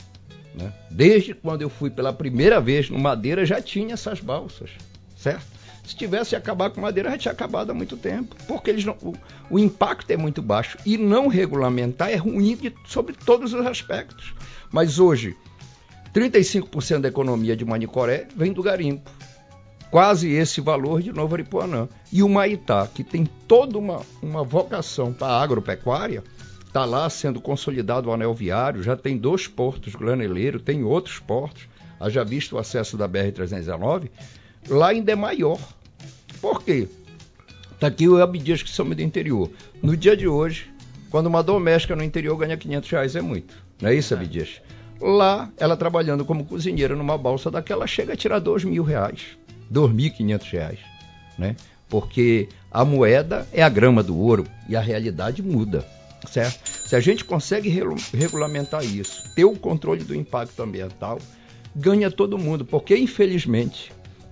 né? Desde quando eu fui pela primeira vez no Madeira já tinha essas balsas, certo? Se tivesse acabar com Madeira, já tinha acabado há muito tempo, porque eles não, o, o impacto é muito baixo e não regulamentar é ruim de, sobre todos os aspectos. Mas hoje, trinta e cinco por cento da economia de Manicoré vem do garimpo. Quase esse valor de Novo Aripuanã. E o Maitá, que tem toda uma, uma vocação para a agropecuária, está lá sendo consolidado o anel viário, já tem dois portos, Graneleiro, tem outros portos, haja visto o acesso da B R trezentos e dezenove, lá ainda é maior. Por quê? Está aqui o Abdias, que somos do interior. No dia de hoje, quando uma doméstica no interior ganha quinhentos reais, é muito. Não é isso, Abdias? Lá, ela trabalhando como cozinheira numa balsa daquela, chega a tirar dois mil reais. dois mil e quinhentos reais, né? Porque a moeda é a grama do ouro e a realidade muda, certo? Se a gente consegue re- regulamentar isso, ter o controle do impacto ambiental, ganha todo mundo, porque infelizmente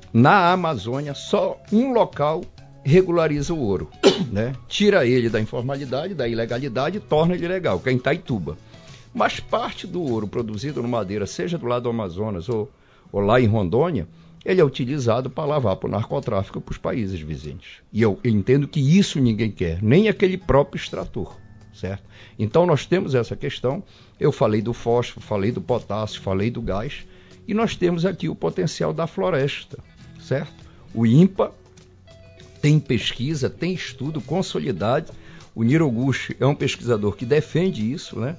na Amazônia só um local regulariza o ouro, né? Tira ele da informalidade, da ilegalidade e torna ele legal, que é em Itaituba. Mas parte do ouro produzido no Madeira, seja do lado do Amazonas ou, ou lá em Rondônia, ele é utilizado para lavar para o narcotráfico para os países vizinhos. E eu entendo que isso ninguém quer, nem aquele próprio extrator, certo? Então nós temos essa questão, eu falei do fósforo, falei do potássio, falei do gás, e nós temos aqui o potencial da floresta, certo? O INPA tem pesquisa, tem estudo consolidado, o Niroguchi é um pesquisador que defende isso, né?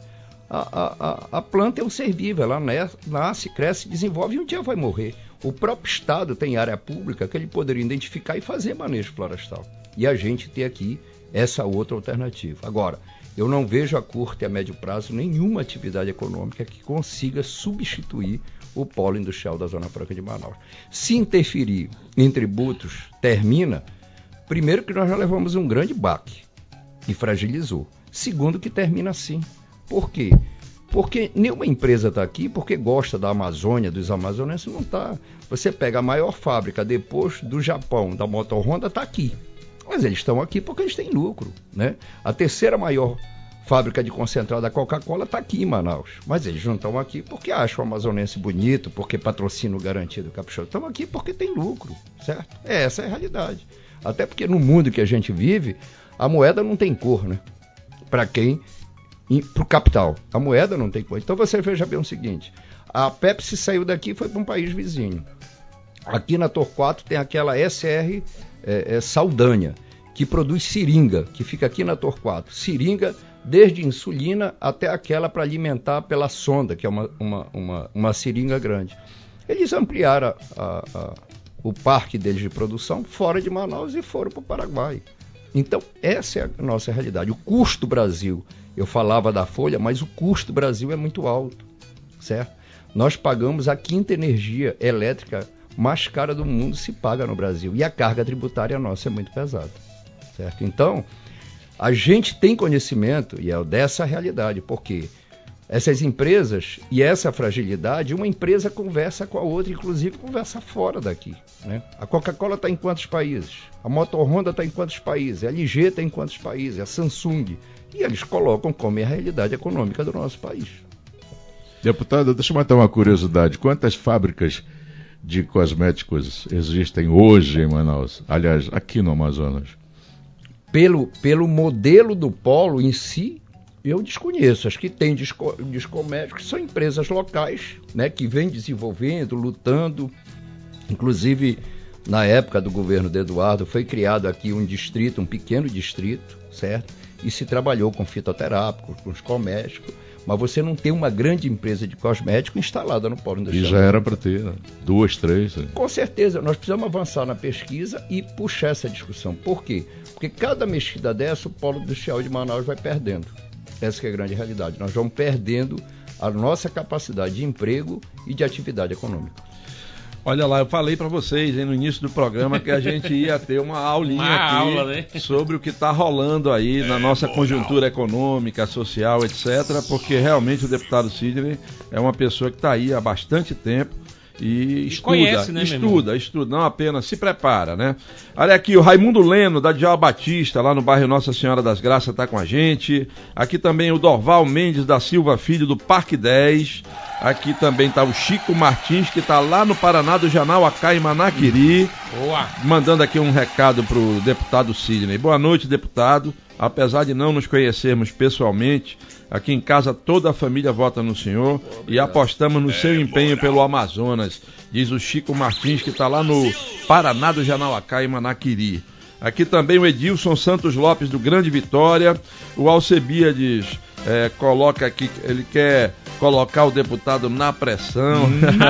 A, a, a planta é um ser vivo, ela nasce, cresce, desenvolve e um dia vai morrer. O próprio Estado tem área pública que ele poderia identificar e fazer manejo florestal. E a gente tem aqui essa outra alternativa. Agora, eu não vejo a curto e a médio prazo nenhuma atividade econômica que consiga substituir o polo industrial da Zona Franca de Manaus. Se interferir em tributos, termina, primeiro que nós já levamos um grande baque e fragilizou. Segundo que termina assim. Por quê? Porque nenhuma empresa está aqui porque gosta da Amazônia, dos amazonenses, não está. Você pega a maior fábrica depois do Japão, da Motor Honda, está aqui. Mas eles estão aqui porque eles têm lucro, né? A terceira maior fábrica de concentrado da Coca-Cola está aqui em Manaus. Mas eles não estão aqui porque acham o amazonense bonito, porque patrocínio garantido caprichoso. Estão aqui porque tem lucro, certo? É, essa é a realidade. Até porque no mundo que a gente vive, a moeda não tem cor, né? Para quem... para o capital. A moeda não tem cor. Então você veja bem o seguinte, a Pepsi saiu daqui e foi para um país vizinho. Aqui na Torquato tem aquela S R é, é, Saldanha, que produz seringa, que fica aqui na Torquato. Seringa desde insulina até aquela para alimentar pela sonda, que é uma, uma, uma, uma seringa grande. Eles ampliaram a, a, a, o parque deles de produção fora de Manaus e foram para o Paraguai. Então, essa é a nossa realidade. O custo Brasil, eu falava da Folha, mas o custo Brasil é muito alto, certo? Nós pagamos a quinta energia elétrica mais cara do mundo, se paga no Brasil. E a carga tributária nossa é muito pesada, certo? Então, a gente tem conhecimento, e é dessa realidade, porque essas empresas e essa fragilidade, uma empresa conversa com a outra, inclusive conversa fora daqui, né? A Coca-Cola está em quantos países? A Motor Honda está em quantos países? A L G está em quantos países? A Samsung. E eles colocam como é a realidade econômica do nosso país. Deputado, deixa eu matar uma curiosidade. Quantas fábricas de cosméticos existem hoje em Manaus? Aliás, aqui no Amazonas. Pelo, pelo modelo do polo em si, eu desconheço. As que tem disco, discomédicos são empresas locais, né, que vêm desenvolvendo, lutando. Inclusive, na época do governo de Eduardo, foi criado aqui um distrito, um pequeno distrito, certo? E se trabalhou com fitoterápicos, com os cosméticos. Mas você não tem uma grande empresa de cosmético instalada no polo industrial. E já era para ter, né? Duas, três. Né? Com certeza, nós precisamos avançar na pesquisa e puxar essa discussão. Por quê? Porque cada mexida dessa, o polo industrial de Manaus vai perdendo. Essa que é a grande realidade. Nós vamos perdendo a nossa capacidade de emprego e de atividade econômica. Olha lá, eu falei para vocês hein, no início do programa que a gente ia ter uma aulinha uma aqui aula, né? sobre o que está rolando aí é, na nossa moral. Conjuntura econômica, social, etcétera. Porque realmente o deputado Sidney é uma pessoa que está aí há bastante tempo e, e estuda, conhece, né, estuda, estuda, não apenas se prepara, né? Olha aqui, o Raimundo Leno, da Djalma Batista, lá no bairro Nossa Senhora das Graças, está com a gente. Aqui também o Dorval Mendes da Silva Filho, do Parque dez. Aqui também está o Chico Martins, que está lá no Paraná do Janauacá, em Manaquiri. Boa. Mandando aqui um recado para o deputado Sidney. Boa noite, deputado. Apesar de não nos conhecermos pessoalmente, aqui em casa toda a família vota no senhor e apostamos no seu empenho pelo Amazonas, diz o Chico Martins, que está lá no Paraná do Janauacá, em Manaquiri. Aqui também o Edilson Santos Lopes, do Grande Vitória. O Alcebiades é, coloca aqui, ele quer colocar o deputado na pressão.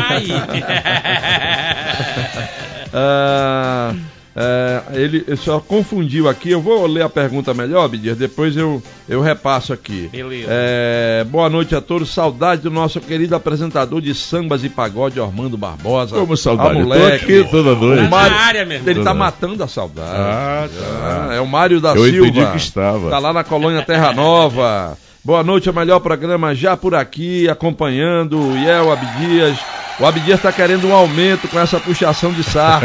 ah, é, ele, ele só confundiu aqui. Eu vou ler a pergunta melhor, Bidias, depois eu, eu repasso aqui. Beleza. É, boa noite a todos. Saudade do nosso querido apresentador de sambas e pagode, Armando Barbosa. Como saudade? A moleque, tô aqui toda noite. Mário, área, ele tá matando a saudade. Ah, tá. É o Mário da eu Silva. entendi que estava. Tá lá na colônia Terra Nova. Boa noite, o melhor programa já por aqui, acompanhando o Iel Abdias. O Abdias tá querendo um aumento com essa puxação de saco.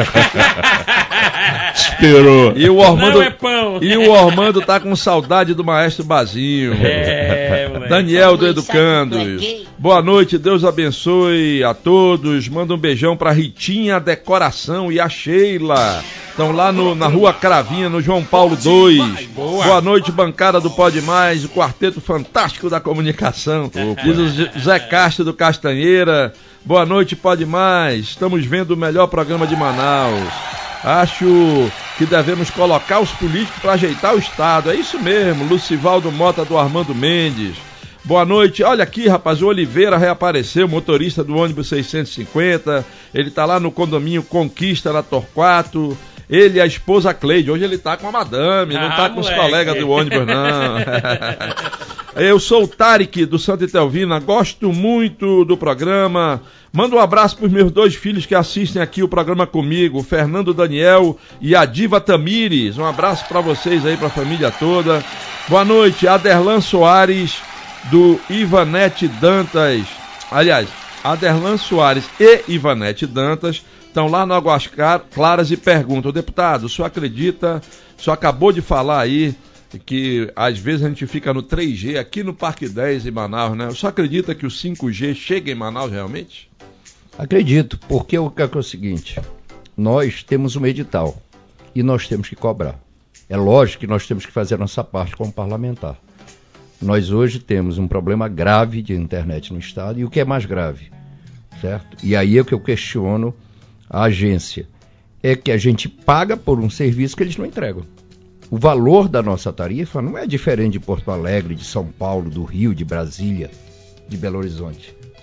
Esperou. E o Ormando, não é pão. E o Ormando tá com saudade do maestro Bazinho. É, Daniel do Educandos. Boa noite, Deus abençoe a todos. Manda um beijão pra Ritinha Decoração e a Sheila. Estão lá no, na Rua Cravinha, no João Paulo dois. Boa. Boa noite, bancada do Pode Mais, o quarteto fantástico da comunicação. Opa. Diz o Zé Castro do Castanheira. Boa noite, Pode Mais. Estamos vendo o melhor programa de Manaus. Acho que devemos colocar os políticos para ajeitar o Estado. É isso mesmo, Lucivaldo Mota do Armando Mendes. Boa noite. Olha aqui, rapaz, o Oliveira reapareceu, motorista do ônibus seiscentos e cinquenta. Ele tá lá no condomínio Conquista, na Torquato. Ele e a esposa Cleide. Hoje ele tá com a madame, ah, não tá com moleque. Os colegas do ônibus, não. Eu sou o Tarek, do Santa Itelvina. Gosto muito do programa. Manda um abraço pros meus dois filhos que assistem aqui o programa comigo, o Fernando Daniel e a Diva Tamires. Um abraço para vocês aí, pra família toda. Boa noite, Aderlan Soares, do Ivanete Dantas. Aliás, Aderlan Soares e Ivanete Dantas estão lá no Águas Claras e perguntam: deputado, o senhor acredita, o senhor acabou de falar aí que às vezes a gente fica no três G aqui no Parque dez em Manaus, né? O senhor acredita que o cinco G chega em Manaus realmente? Acredito, porque o que é, que é o seguinte, nós temos um edital e nós temos que cobrar. É lógico que nós temos que fazer a nossa parte como parlamentar. Nós hoje temos um problema grave de internet no estado, e o que é mais grave, certo? E aí é que eu questiono a agência, é que a gente paga por um serviço que eles não entregam. O valor da nossa tarifa não é diferente de Porto Alegre, de São Paulo, do Rio, de Brasília, de Belo Horizonte.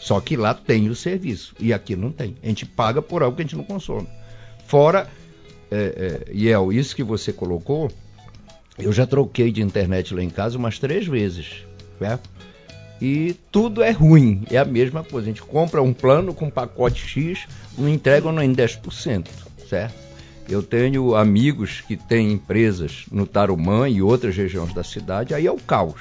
Só que lá tem o serviço e aqui não tem. A gente paga por algo que a gente não consome. Fora, é, é, Iel, isso que você colocou, eu já troquei de internet lá em casa umas três vezes, certo? E tudo é ruim, é a mesma coisa. A gente compra um plano com pacote X, não entregam nem dez por cento, certo? Eu tenho amigos que têm empresas no Tarumã e outras regiões da cidade, aí é o caos.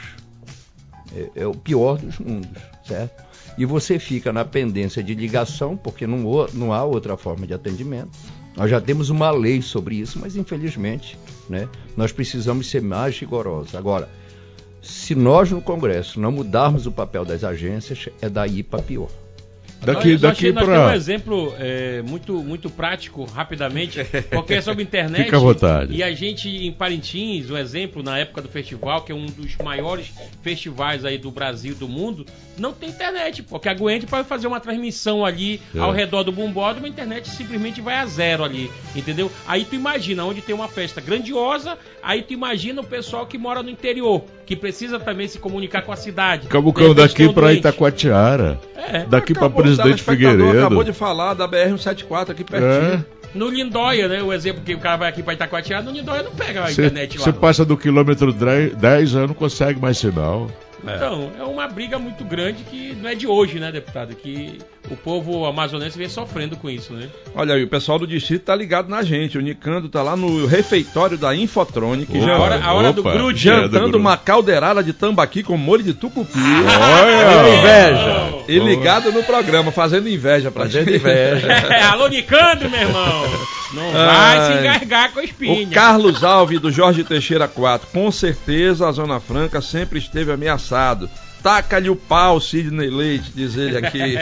É, é o pior dos mundos, certo? E você fica na pendência de ligação, porque não, não há outra forma de atendimento. Nós já temos uma lei sobre isso, mas infelizmente, né, nós precisamos ser mais rigorosos. Agora, se nós no Congresso não mudarmos o papel das agências, é daí para pior. Daqui, nós, daqui nós, nós pra... temos um exemplo é, muito, muito prático, rapidamente, porque é sobre internet. Fica à vontade. E a gente em Parintins, um exemplo, na época do festival, que é um dos maiores festivais aí do Brasil e do mundo, não tem internet, porque a Goente pode fazer uma transmissão ali é. ao redor do bombódromo, a internet simplesmente vai a zero ali, entendeu? Aí tu imagina, onde tem uma festa grandiosa, aí tu imagina o pessoal que mora no interior, que precisa também se comunicar com a cidade. Cabucão, daqui para Itacoatiara. É. Daqui para Acabou, Presidente o telespectador Figueiredo. acabou de falar da B R cento e setenta e quatro aqui pertinho. É. No Lindóia, né? O exemplo que o cara vai aqui para Itacoatiara, no Lindóia não pega a internet lá. Você passa do quilômetro dez, não consegue mais sinal. Então, é uma briga muito grande que não é de hoje, né, deputado? Que o povo amazonense vem sofrendo com isso, né? Olha aí, o pessoal do distrito tá ligado na gente. O Nicando tá lá no refeitório da Infotronic. Opa, já, a hora, a hora opa, do grude. jantando uma caldeirada de tambaqui com molho de tucupi. Olha! Inveja. E ligado no programa, fazendo inveja pra Fazendo gente. inveja. É, alô, Nicandro, meu irmão! Não vai se engasgar com a espinha. O Carlos Alves, do Jorge Teixeira quatro. Com certeza a Zona Franca sempre esteve ameaçado. Taca-lhe o pau, Sidney Leite, diz ele aqui.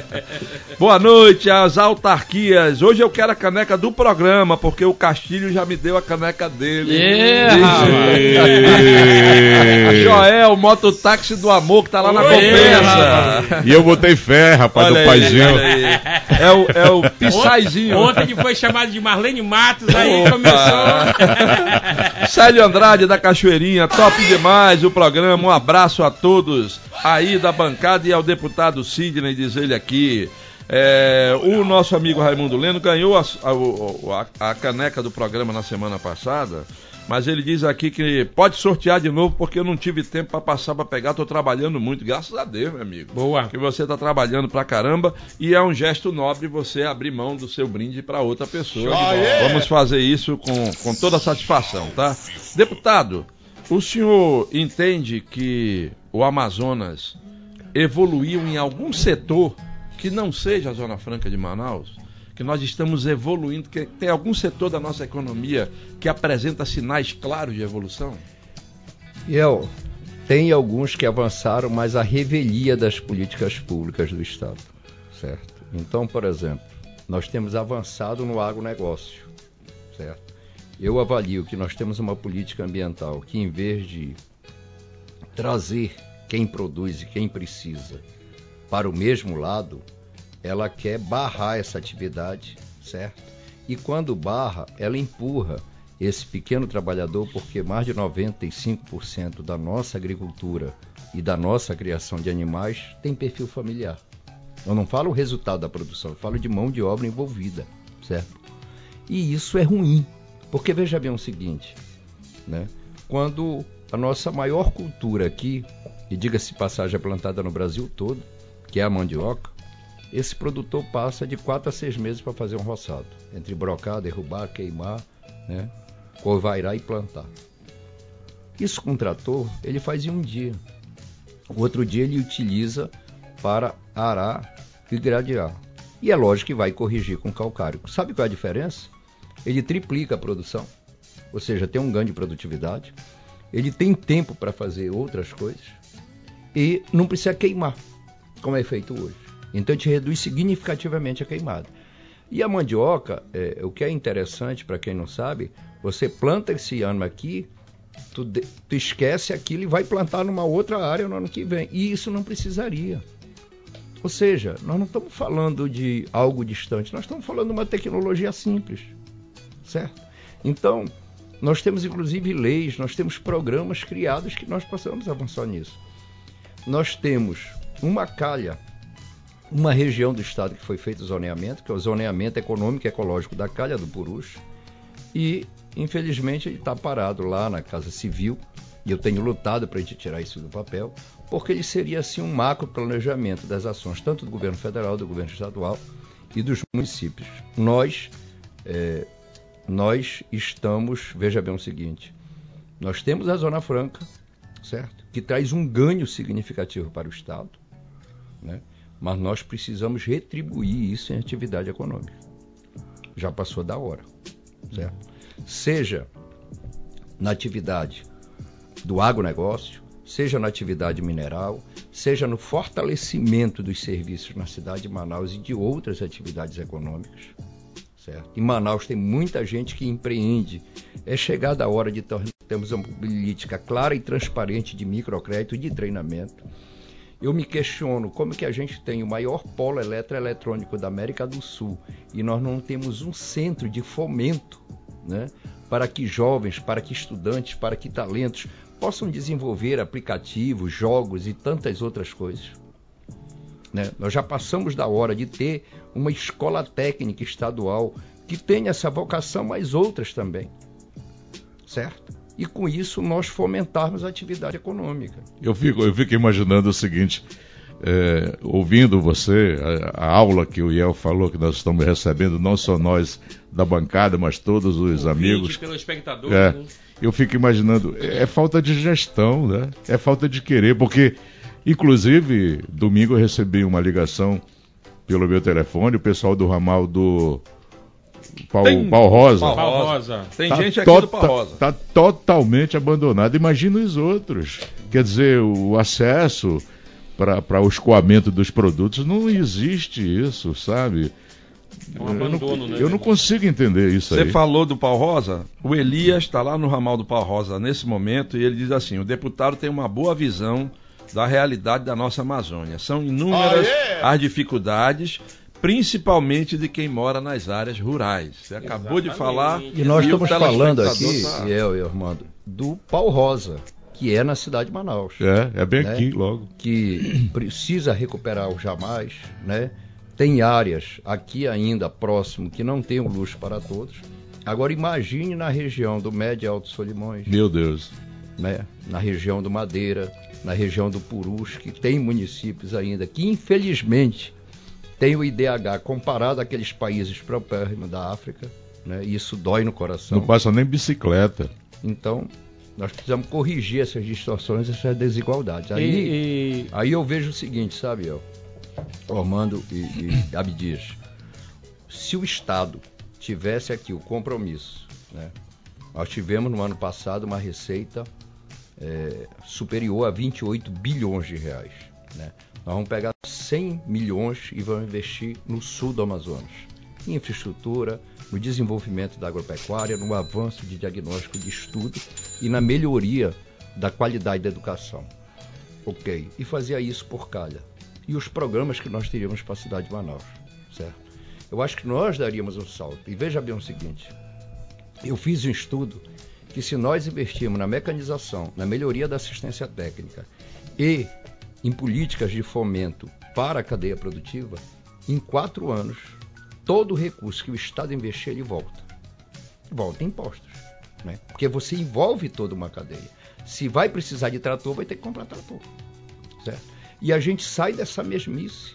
Boa noite, as autarquias. Hoje eu quero a caneca do programa, porque o Castilho já me deu a caneca dele. Yeah, Diz- Joel, mototáxi do amor, que tá lá na Oi, compensa. E eu botei fé, rapaz, Olha do aí, paizinho. olha aí. É o, é o Pissaizinho. Ontem ele foi chamado de Marlene Matos, aí Opa. começou. Célio Andrade da Cachoeirinha, top demais o programa. Um abraço a todos aí da bancada e ao deputado Sidney, diz ele aqui. É, o nosso amigo Raimundo Leno ganhou a, a, a, a caneca do programa na semana passada, mas ele diz aqui que pode sortear de novo porque eu não tive tempo para passar para pegar, tô trabalhando muito, graças a Deus, meu amigo. Boa. Que você tá trabalhando pra caramba e é um gesto nobre você abrir mão do seu brinde para outra pessoa. Vamos fazer isso com, com toda a satisfação, tá? Deputado, o senhor entende que o Amazonas evoluiu em algum setor que não seja a Zona Franca de Manaus? Que nós estamos evoluindo, que tem algum setor da nossa economia que apresenta sinais claros de evolução? Iel, tem alguns que avançaram, mas a revelia das políticas públicas do Estado, certo? Então, por exemplo, nós temos avançado no agronegócio, certo? Eu avalio que nós temos uma política ambiental que, em vez de trazer quem produz e quem precisa para o mesmo lado, ela quer barrar essa atividade, certo? E quando barra, ela empurra esse pequeno trabalhador, porque mais de noventa e cinco por cento da nossa agricultura e da nossa criação de animais tem perfil familiar. Eu não falo o resultado da produção, eu falo de mão de obra envolvida, certo? E isso é ruim, porque veja bem o seguinte, né? Quando a nossa maior cultura aqui, e diga-se passagem, é plantada no Brasil todo, que é a mandioca, esse produtor passa de quatro a seis meses para fazer um roçado, entre brocar, derrubar, queimar, né? Corvairar e plantar. Isso com o trator, ele faz em um dia. O outro dia ele utiliza para arar e gradear. E é lógico que vai corrigir com calcário. Sabe qual é a diferença? Ele triplica a produção, ou seja, tem um ganho de produtividade, ele tem tempo para fazer outras coisas e não precisa queimar, como é feito hoje. Então a gente reduz significativamente a queimada. E a mandioca, é, o que é interessante para quem não sabe, você planta esse ano aqui, tu, de, tu esquece aquilo e vai plantar numa outra área no ano que vem. E isso não precisaria. Ou seja, nós não estamos falando de algo distante, nós estamos falando de uma tecnologia simples, certo? Então, nós temos inclusive leis, nós temos programas criados que nós possamos avançar nisso. Nós temos uma calha uma região do estado que foi feito o zoneamento, que é o zoneamento econômico e ecológico da Calha do Purus, e infelizmente ele está parado lá na Casa Civil, e eu tenho lutado para a gente tirar isso do papel, porque ele seria assim um macro planejamento das ações, tanto do governo federal, do governo estadual e dos municípios. Nós, é, nós estamos, veja bem o seguinte, nós temos a Zona Franca, certo? Que traz um ganho significativo para o estado, né? Mas nós precisamos retribuir isso em atividade econômica. Já passou da hora, certo? Seja na atividade do agronegócio, seja na atividade mineral, seja no fortalecimento dos serviços na cidade de Manaus e de outras atividades econômicas, certo? Em Manaus tem muita gente que empreende. É chegada a hora de termos uma política clara e transparente de microcrédito e de treinamento. Eu me questiono como que a gente tem o maior polo eletroeletrônico da América do Sul e nós não temos um centro de fomento, né, para que jovens, para que estudantes, para que talentos possam desenvolver aplicativos, jogos e tantas outras coisas. Né? Nós já passamos da hora de ter uma escola técnica estadual que tenha essa vocação, mas outras também, certo? E com isso nós fomentarmos a atividade econômica. Eu fico, eu fico imaginando o seguinte, é, ouvindo você, a, a aula que o Iel falou, que nós estamos recebendo, não só nós da bancada, mas todos os o amigos. Pelo espectador, é, né? Eu fico imaginando, é, é falta de gestão, né? É falta de querer, porque, inclusive, domingo eu recebi uma ligação pelo meu telefone, o pessoal do ramal do Pau, Tem- Pau Rosa. Pau Pau Rosa. Rosa. Tem Tá gente aqui tota- do Pau Rosa. Tá totalmente abandonado. Imagina os outros. Quer dizer, o acesso para o escoamento dos produtos, não existe isso, sabe? É um eu não, abandono, né? eu não consigo entender isso Você aí. falou do Pau Rosa? O Elias está lá no ramal do Pau Rosa nesse momento e ele diz assim: o deputado tem uma boa visão da realidade da nossa Amazônia. São inúmeras as dificuldades, principalmente de quem mora nas áreas rurais. Você acabou de falar. E nós e o estamos falando telespectador aqui, tá- Iel e Armando, do Pau Rosa, que é na cidade de Manaus. É, é bem né? aqui logo. Que precisa recuperar o jamais, né? Tem áreas aqui ainda próximo que não tem o luxo para todos. Agora imagine na região do Médio e Alto Solimões, Meu Deus. né? Na região do Madeira, na região do Purus, que tem municípios ainda que infelizmente tem o I D H comparado àqueles países paupérrimos da África, né? E isso dói no coração. Não passa nem bicicleta. Então, nós precisamos corrigir essas distorções, essas desigualdades. Aí, E, e- aí eu vejo o seguinte, sabe, El, Ormando e, e Abdias, se o Estado tivesse aqui o compromisso, né? Nós tivemos no ano passado uma receita é, superior a vinte e oito bilhões de reais, né? Nós vamos pegar cem milhões e vamos investir no sul do Amazonas, em infraestrutura, no desenvolvimento da agropecuária, no avanço de diagnóstico de estudo e na melhoria da qualidade da educação. Ok, e fazia isso por calha. E os programas que nós teríamos para a cidade de Manaus, certo? Eu acho que nós daríamos um salto. E veja bem o seguinte, eu fiz um estudo que se nós investirmos na mecanização, na melhoria da assistência técnica e em políticas de fomento para a cadeia produtiva, em quatro anos, todo o recurso que o Estado investir, ele volta. Volta em impostos, né? Porque você envolve toda uma cadeia. Se vai precisar de trator, vai ter que comprar trator, certo? E a gente sai dessa mesmice,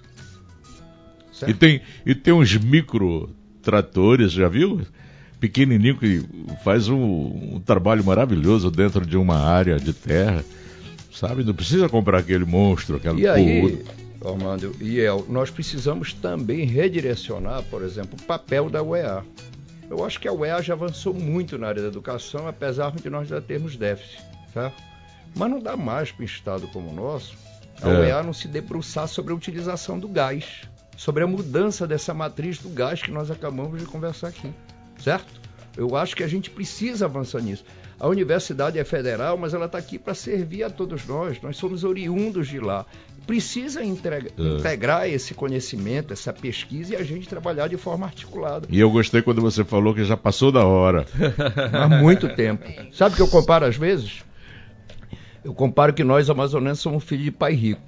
certo? E tem, e tem uns micro tratores, já viu? Pequenininho que faz um, um trabalho maravilhoso dentro de uma área de terra, sabe? Não precisa comprar aquele monstro, aquele E aí, porro. Armando e El, nós precisamos também redirecionar, por exemplo, o papel da U E A. Eu acho que a U E A já avançou muito na área da educação, apesar de nós já termos déficit, certo? Mas não dá mais para um estado como o nosso a É. U E A não se debruçar sobre a utilização do gás, sobre a mudança dessa matriz do gás que nós acabamos de conversar aqui, certo? Eu acho que a gente precisa avançar nisso. A universidade é federal, mas ela está aqui para servir a todos nós. Nós somos oriundos de lá. Precisa integra- É. integrar esse conhecimento, essa pesquisa e a gente trabalhar de forma articulada. E eu gostei quando você falou que já passou da hora. Há muito tempo. Sabe o que eu comparo às vezes? Eu comparo que nós, amazonenses, somos filhos de pai rico,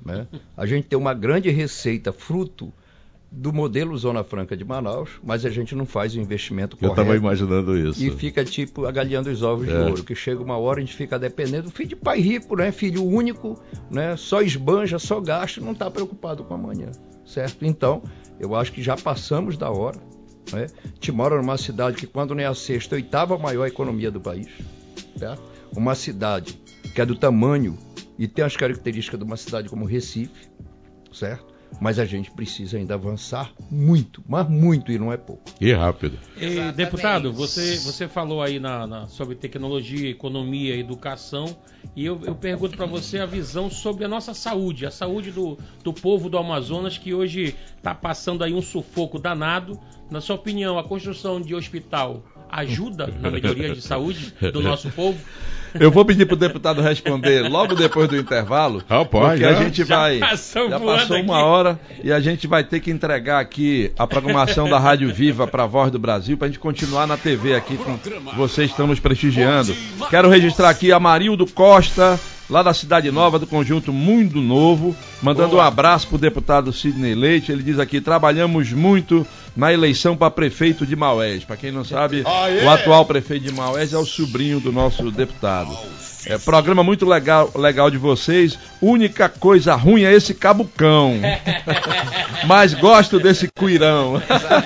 né? A gente tem uma grande receita fruto do modelo Zona Franca de Manaus, mas a gente não faz o investimento Eu correto. estava imaginando isso. E fica tipo a galinha dos ovos É. de ouro, que chega uma hora a gente fica dependendo. Filho de pai rico, né? Filho único, né? Só esbanja, só gasta, não está preocupado com amanhã, certo? Então, eu acho que já passamos da hora, né? A gente mora numa cidade que, quando não é a sexta, a oitava maior economia do país, certo? Uma cidade que é do tamanho e tem as características de uma cidade como Recife, certo? Mas a gente precisa ainda avançar muito, mas muito, e não é pouco. E rápido. E, deputado, você, você falou aí na, na- sobre tecnologia, economia, educação, e eu, eu pergunto para você a visão sobre a nossa saúde, a saúde do, do povo do Amazonas, que hoje está passando aí um sufoco danado. Na sua opinião, a construção de hospital ajuda na melhoria de saúde do nosso povo? Eu vou pedir pro deputado responder logo depois do intervalo, Rapaz, porque já? a gente Já vai... passou já voando passou uma aqui. hora e a gente vai ter que entregar aqui a programação da Rádio Viva para a Voz do Brasil, para a gente continuar na T V aqui com vocês, estão nos prestigiando. Quero registrar aqui a Marildo Costa, lá da Cidade Nova, do Conjunto Mundo Novo, mandando Boa. um abraço pro deputado Sidney Leite. Ele diz aqui: trabalhamos muito na eleição para prefeito de Maués. Para quem não sabe, o atual prefeito de Maués é o sobrinho do nosso deputado. É, programa muito legal, legal de vocês. Única coisa ruim é esse cabucão. Mas gosto desse cuirão.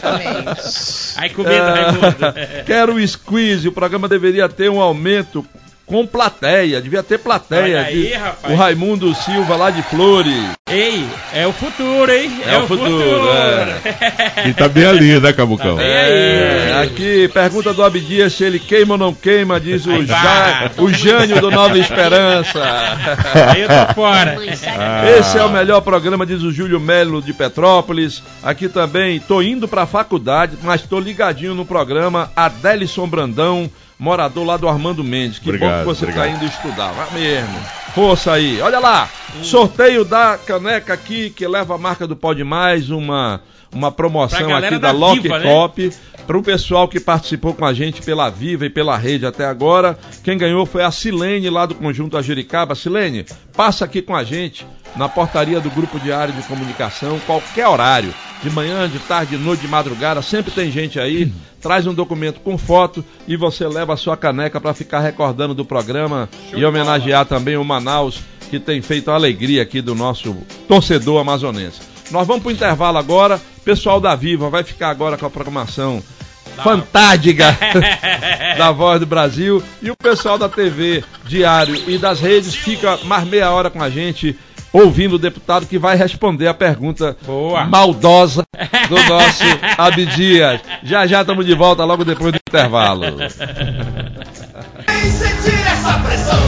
Aí comenta, Raimundo. É, quero o squeeze. O programa deveria ter um aumento com plateia. Devia ter plateia. Olha aí, diz rapaz. o Raimundo Silva, lá de Flores. Ei, é o futuro, hein? É o futuro, é. E tá bem ali, né, Cabucão? Tá bem aí. É, aqui, pergunta do Abdias se ele queima ou não queima, diz o, Aí Já, vai. o Jânio do Nova Esperança. Aí eu tô fora. Esse é o melhor programa, diz o Júlio Melo de Petrópolis. Aqui também, tô indo pra faculdade, mas tô ligadinho no programa. Adélison Brandão, morador lá do Armando Mendes. Que Obrigado, bom que você obrigado. tá indo estudar, vai mesmo. Força aí. Olha lá, sorteio da caneca aqui, que leva a marca do Pode Mais, uma, uma promoção Pra galera aqui da, da Lock Viva, né? Cop. Para o pessoal que participou com a gente pela Viva e pela rede até agora, quem ganhou foi a Silene, lá do Conjunto Ajuricaba. Silene, passa aqui com a gente na portaria do Grupo Diário de Comunicação, qualquer horário, de manhã, de tarde, de noite, de madrugada, sempre tem gente aí. Traz um documento com foto e você leva a sua caneca para ficar recordando do programa e homenagear também o Manaus, que tem feito a alegria aqui do nosso torcedor amazonense. Nós vamos para o intervalo agora. Pessoal da Viva vai ficar agora com a programação fantástica da Voz do Brasil, e o pessoal da T V Diário e das redes fica mais meia hora com a gente, ouvindo o deputado que vai responder a pergunta Boa. maldosa do nosso Abdias. Já já estamos de volta logo depois do intervalo. Vem sentir essa pressão.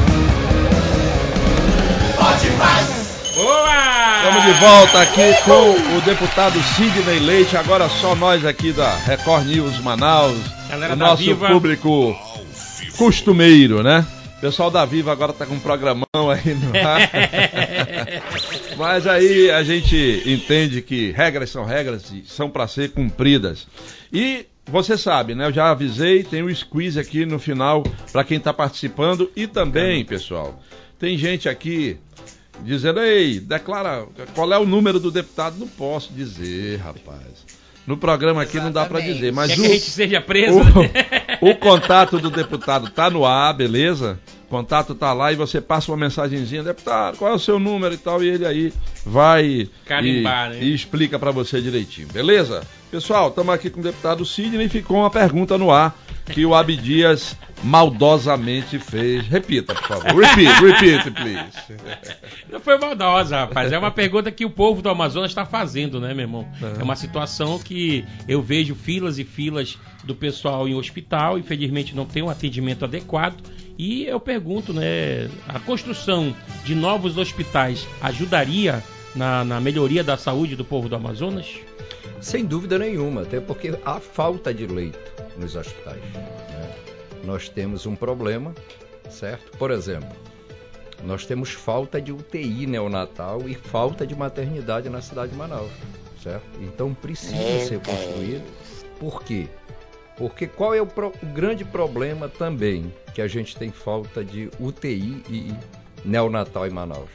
Pode mais. Boa! Estamos de volta aqui com o deputado Sidney Leite, agora só nós aqui da Record News Manaus, Galera o da nosso Viva. público costumeiro, né? O pessoal da Viva agora tá com um programão aí no ar. Mas aí a gente entende que regras são regras e são para ser cumpridas. E você sabe, né? Eu já avisei, tem o squeeze aqui no final para quem tá participando. E também, pessoal, tem gente aqui dizendo: ei, declara qual é o número do deputado. Não posso dizer, rapaz. No programa aqui não dá para dizer, mas Quer o, que a gente seja preso? né? o, o contato do deputado tá no ar, beleza? O contato tá lá e você passa uma mensagenzinha: deputado, qual é o seu número e tal, e ele aí vai Carimbar, e, né? e explica para você direitinho, beleza? Pessoal, estamos aqui com o deputado Sidney e ficou uma pergunta no ar que o Abdias maldosamente fez. Repita, por favor. Repeat, repeat, please. Não foi maldosa, rapaz. É uma pergunta que o povo do Amazonas está fazendo, né, meu irmão? É uma situação que eu vejo filas e filas do pessoal em hospital, infelizmente não tem um atendimento adequado. E eu pergunto, né, a construção de novos hospitais ajudaria na, na melhoria da saúde do povo do Amazonas? Sem dúvida nenhuma, até porque há falta de leito nos hospitais, né? Nós temos um problema, certo? Por exemplo, nós temos falta de U T I neonatal e falta de maternidade na cidade de Manaus, certo? Então precisa ser construído. Por quê? Porque qual é o, pro, o grande problema também que a gente tem falta de U T I e neonatal em Manaus?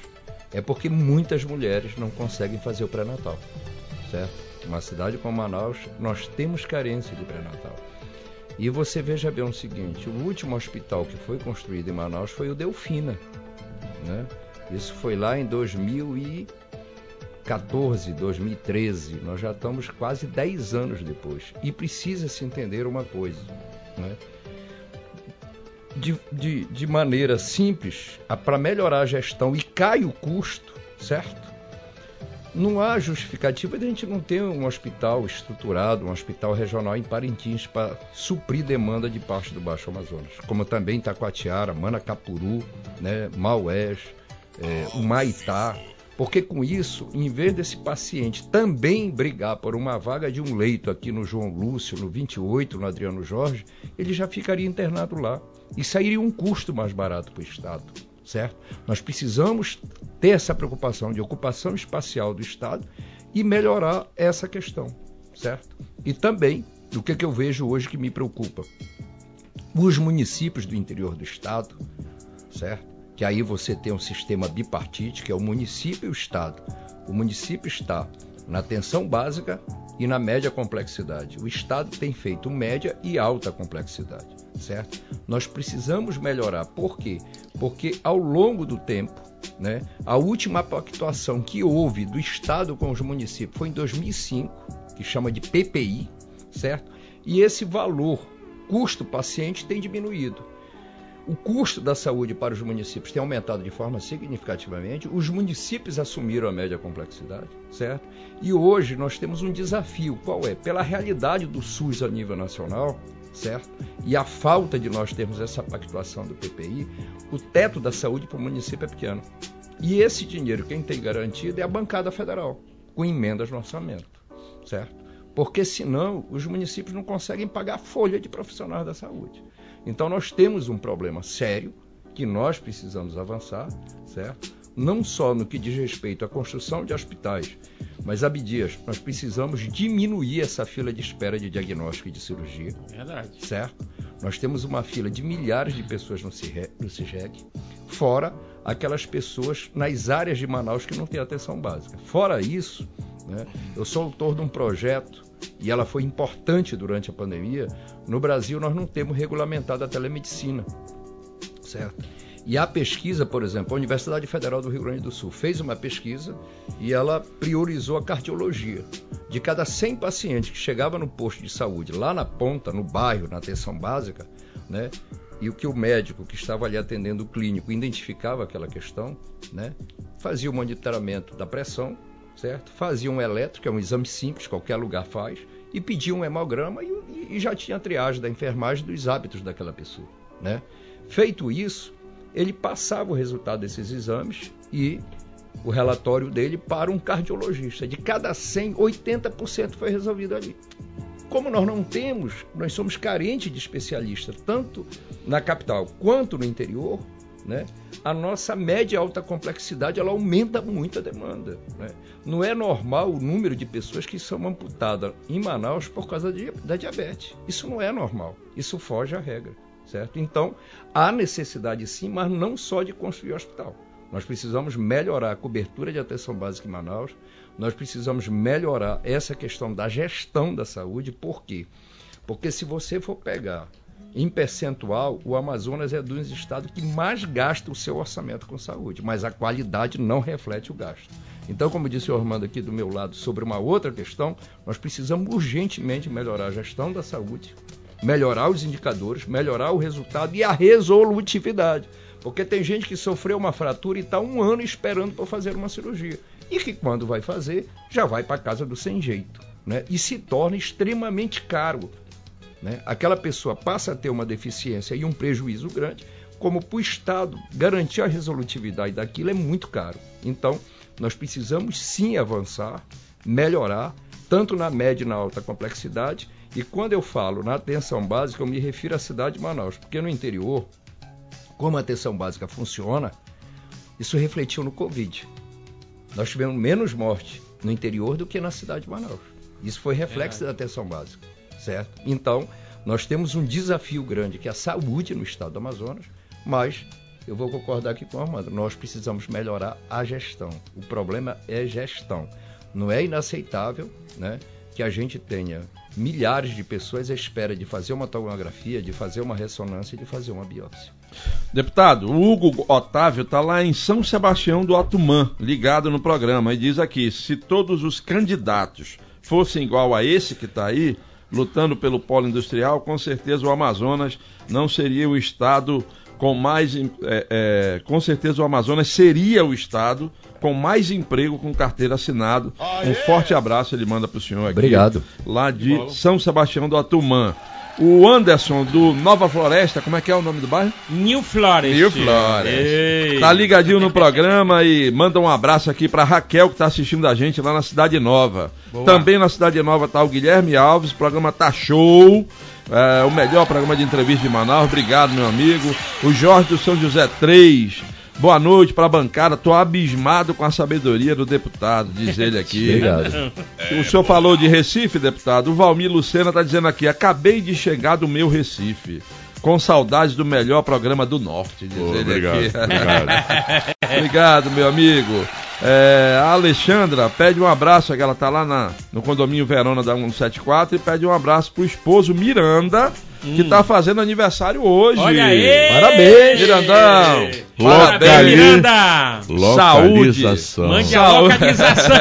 é porque muitas mulheres não conseguem fazer o pré-natal, certo? Uma cidade como Manaus, nós temos carência de pré-natal. E você veja bem o seguinte, o último hospital que foi construído em Manaus foi o Delfina, né? Isso foi lá em dois mil e quatorze, dois mil e treze, nós já estamos quase dez anos depois. E precisa se entender uma coisa, né? De, de, de maneira simples, para melhorar a gestão e cai o custo, certo? Não há justificativa de a gente não ter um hospital estruturado, um hospital regional em Parintins para suprir demanda de parte do Baixo Amazonas, como também Taquatiara, Manacapuru, né, Maués, é, Humaitá, porque com isso, em vez desse paciente também brigar por uma vaga de um leito aqui no João Lúcio, no vinte e oito, no Adriano Jorge, ele já ficaria internado lá e sairia um custo mais barato para o Estado. Certo? Nós precisamos ter essa preocupação de ocupação espacial do Estado e melhorar essa questão, certo? E também, o que, que eu vejo hoje que me preocupa? Os municípios do interior do Estado, certo? Que aí você tem um sistema bipartite, que é o município e o Estado. O município está na atenção básica e na média complexidade. O Estado tem feito média e alta complexidade, certo? Nós precisamos melhorar. Por quê? Porque ao longo do tempo, né, a última pactuação que houve do Estado com os municípios foi em dois mil e cinco, que chama de P P I, certo? E esse valor custo-paciente tem diminuído. O custo da saúde para os municípios tem aumentado de forma significativamente, os municípios assumiram a média complexidade, certo? E hoje nós temos um desafio, qual é? Pela realidade do SUS a nível nacional, certo? E a falta de nós termos essa pactuação do P P I, o teto da saúde para o município é pequeno. E esse dinheiro quem tem garantido é a bancada federal, com emendas no orçamento, certo? Porque senão os municípios não conseguem pagar a folha de profissionais da saúde. Então nós temos um problema sério que nós precisamos avançar, certo? Não só no que diz respeito à construção de hospitais, mas, Abdias, nós precisamos diminuir essa fila de espera de diagnóstico e de cirurgia. Verdade. Certo? Nós temos uma fila de milhares de pessoas no C I R E C, fora aquelas pessoas nas áreas de Manaus que não têm atenção básica. Fora isso, né, eu sou autor de um projeto, e ela foi importante durante a pandemia. No Brasil, nós não temos regulamentado a telemedicina, certo? E a pesquisa, por exemplo, a Universidade Federal do Rio Grande do Sul fez uma pesquisa e ela priorizou a cardiologia. De cada cem pacientes que chegavam no posto de saúde, lá na ponta, no bairro, na atenção básica, né, e o que o médico que estava ali atendendo o clínico identificava aquela questão, né, fazia o monitoramento da pressão, certo? Fazia um eletro, que é um exame simples, qualquer lugar faz, e pedia um hemograma e, e já tinha a triagem da enfermagem dos hábitos daquela pessoa, né? Feito isso, ele passava o resultado desses exames e o relatório dele para um cardiologista. De cada cem, oitenta por cento foi resolvido ali. Como nós não temos, nós somos carentes de especialistas, tanto na capital quanto no interior, né? A nossa média alta complexidade ela aumenta muito a demanda, né? Não é normal o número de pessoas que são amputadas em Manaus por causa de, da diabetes. Isso não é normal, isso foge à regra, certo? Então, há necessidade sim, mas não só de construir hospital. Nós precisamos melhorar a cobertura de atenção básica em Manaus, nós precisamos melhorar essa questão da gestão da saúde. Por quê? Porque se você for pegar em percentual, o Amazonas é um dos estados que mais gasta o seu orçamento com saúde, mas a qualidade não reflete o gasto. Então, como disse o Armando aqui do meu lado sobre uma outra questão, nós precisamos urgentemente melhorar a gestão da saúde, melhorar os indicadores, melhorar o resultado e a resolutividade. Porque tem gente que sofreu uma fratura e está um ano esperando para fazer uma cirurgia. E que quando vai fazer, já vai para a casa do sem jeito, né? E se torna extremamente caro. Né? Aquela pessoa passa a ter uma deficiência e um prejuízo grande, como para o Estado garantir a resolutividade daquilo é muito caro. Então, nós precisamos sim avançar, melhorar, tanto na média e na alta complexidade, e quando eu falo na atenção básica, eu me refiro à cidade de Manaus, porque no interior, como a atenção básica funciona, isso refletiu no Covid. Nós tivemos menos morte no interior do que na cidade de Manaus. Isso foi reflexo é. da atenção básica. Certo? Então, nós temos um desafio grande, que é a saúde no estado do Amazonas, mas eu vou concordar aqui com o Armando. Nós precisamos melhorar a gestão. O problema é gestão. Não é inaceitável, né, que a gente tenha milhares de pessoas à espera de fazer uma tomografia, de fazer uma ressonância e de fazer uma biópsia. Deputado, o Hugo Otávio está lá em São Sebastião do Atumã, ligado no programa, e diz aqui, se todos os candidatos fossem igual a esse que está aí, lutando pelo polo industrial, com certeza o Amazonas não seria o estado com mais... É, é, com certeza o Amazonas seria o estado com mais emprego com carteira assinada. Um forte abraço ele manda para o senhor aqui. Obrigado. Lá de São Sebastião do Atumã. O Anderson do Nova Floresta, como é que é o nome do bairro? New Floresta. New Floresta. Tá ligadinho no programa e manda um abraço aqui pra Raquel que tá assistindo a gente lá na Cidade Nova. Boa. Também na Cidade Nova tá o Guilherme Alves, o programa tá show. É, o melhor programa de entrevista de Manaus. Obrigado, meu amigo. O Jorge do São José três. Boa noite para a bancada, tô abismado com a sabedoria do deputado, diz ele aqui. Obrigado. O senhor falou de Recife, deputado, o Valmir Lucena tá dizendo aqui, acabei de chegar do meu Recife, com saudades do melhor programa do Norte, diz oh, ele obrigado, aqui. Obrigado. Obrigado, meu amigo. É, a Alexandra pede um abraço, que ela tá lá na, no condomínio Verona da cento e setenta e quatro, e pede um abraço pro esposo Miranda, que hum. tá fazendo aniversário hoje. Olha aí! Parabéns, Mirandão! Parabéns, Miranda! Localização. Mande a localização.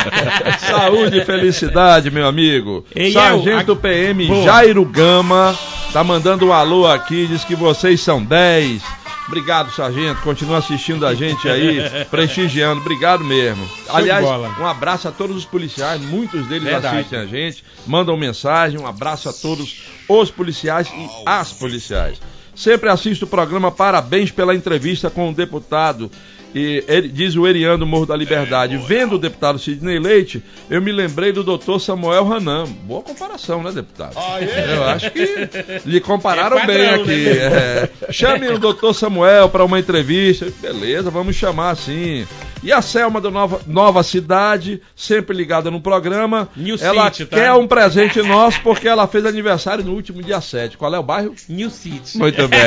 Saúde e felicidade, meu amigo. Ei, Sargento eu, a... P M Boa. Jairo Gama tá mandando um alô aqui, diz que vocês são dez. Obrigado, sargento. Continua assistindo a gente aí, prestigiando. Obrigado mesmo. Show Aliás, de bola. um abraço a todos os policiais. Muitos deles Verdade. assistem a gente, mandam mensagem. Um abraço a todos os policiais e as policiais. Sempre assisto o programa. Parabéns pela entrevista com o deputado. E ele, diz o Eriano Morro da Liberdade, vendo o deputado Sidney Leite, eu me lembrei do doutor Samuel Ranam. Boa comparação, né, deputado? Ah, é? Eu acho que lhe compararam é padrão, bem aqui. Né? É. Chame o doutor Samuel para uma entrevista. Beleza, vamos chamar assim. E a Selma do Nova, Nova Cidade, sempre ligada no programa. New ela City, tá? quer um presente nosso porque ela fez aniversário no último dia sete. Qual é o bairro? New City. Muito bem.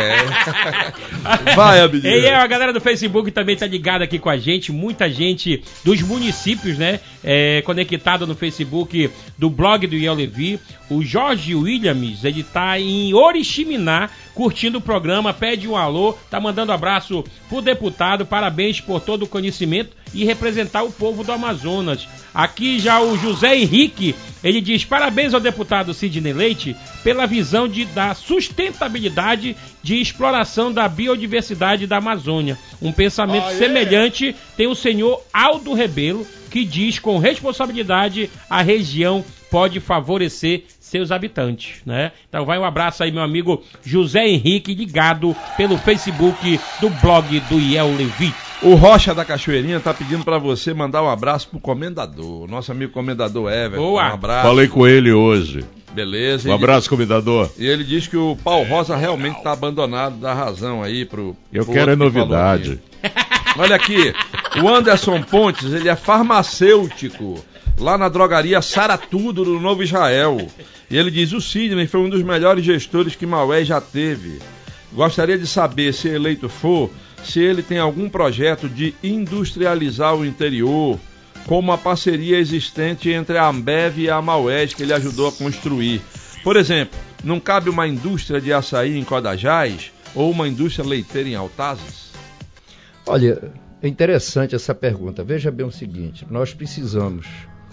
Vai, Abdias. E a galera do Facebook também tá ligada aqui com a gente, muita gente dos municípios, né, é, conectado no Facebook do blog do Iel Levi. O Jorge Williams, ele tá em Oriximiná, curtindo o programa, pede um alô, tá mandando abraço pro deputado, parabéns por todo o conhecimento e representar o povo do Amazonas. Aqui já o José Henrique, ele diz, parabéns ao deputado Sidney Leite pela visão de, da sustentabilidade de exploração da biodiversidade da Amazônia. Um pensamento ah, semelhante yeah. tem o senhor Aldo Rebelo, que diz com responsabilidade a região pode favorecer seus habitantes, né? Então vai um abraço aí, meu amigo José Henrique, ligado pelo Facebook do blog do Iel Levi. O Rocha da Cachoeirinha tá pedindo para você mandar um abraço pro comendador, nosso amigo comendador Everton. Boa. Um abraço. Falei com ele hoje. Beleza. Um abraço, comendador. E ele diz que o Pau Rosa realmente tá abandonado, dá razão aí pro... Eu pro quero é que novidade. Olha aqui, o Anderson Pontes, ele é farmacêutico lá na drogaria Saratudo do Novo Israel. E ele diz, o Sidney foi um dos melhores gestores que Maués já teve. Gostaria de saber, se eleito for, se ele tem algum projeto de industrializar o interior, como a parceria existente entre a Ambev e a Maués, que ele ajudou a construir. Por exemplo, não cabe uma indústria de açaí em Codajás ou uma indústria leiteira em Altazes? Olha, é interessante essa pergunta. Veja bem o seguinte, nós precisamos...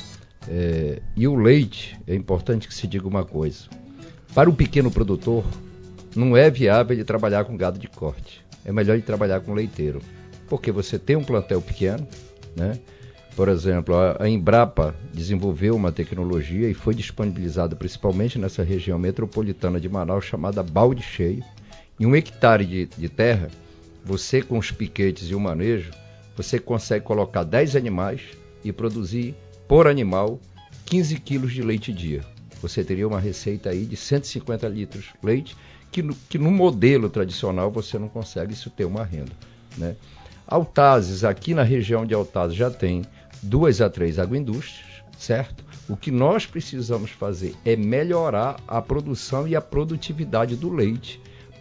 É, e o leite, é importante que se diga uma coisa, para o pequeno produtor não é viável ele trabalhar com gado de corte, é melhor ele trabalhar com leiteiro, porque você tem um plantel pequeno, né? Por exemplo, a, a Embrapa desenvolveu uma tecnologia e foi disponibilizada principalmente nessa região metropolitana de Manaus, chamada balde cheio. Em um hectare de, de terra, você com os piquetes e o manejo, você consegue colocar dez animais e produzir por animal, quinze quilos de leite dia. Você teria uma receita aí de cento e cinquenta litros de leite, que no, que no modelo tradicional você não consegue isso ter uma renda, né? Altazes, aqui na região de Altazes já tem duas a três agroindústrias, certo? O que nós precisamos fazer é melhorar a produção e a produtividade do leite,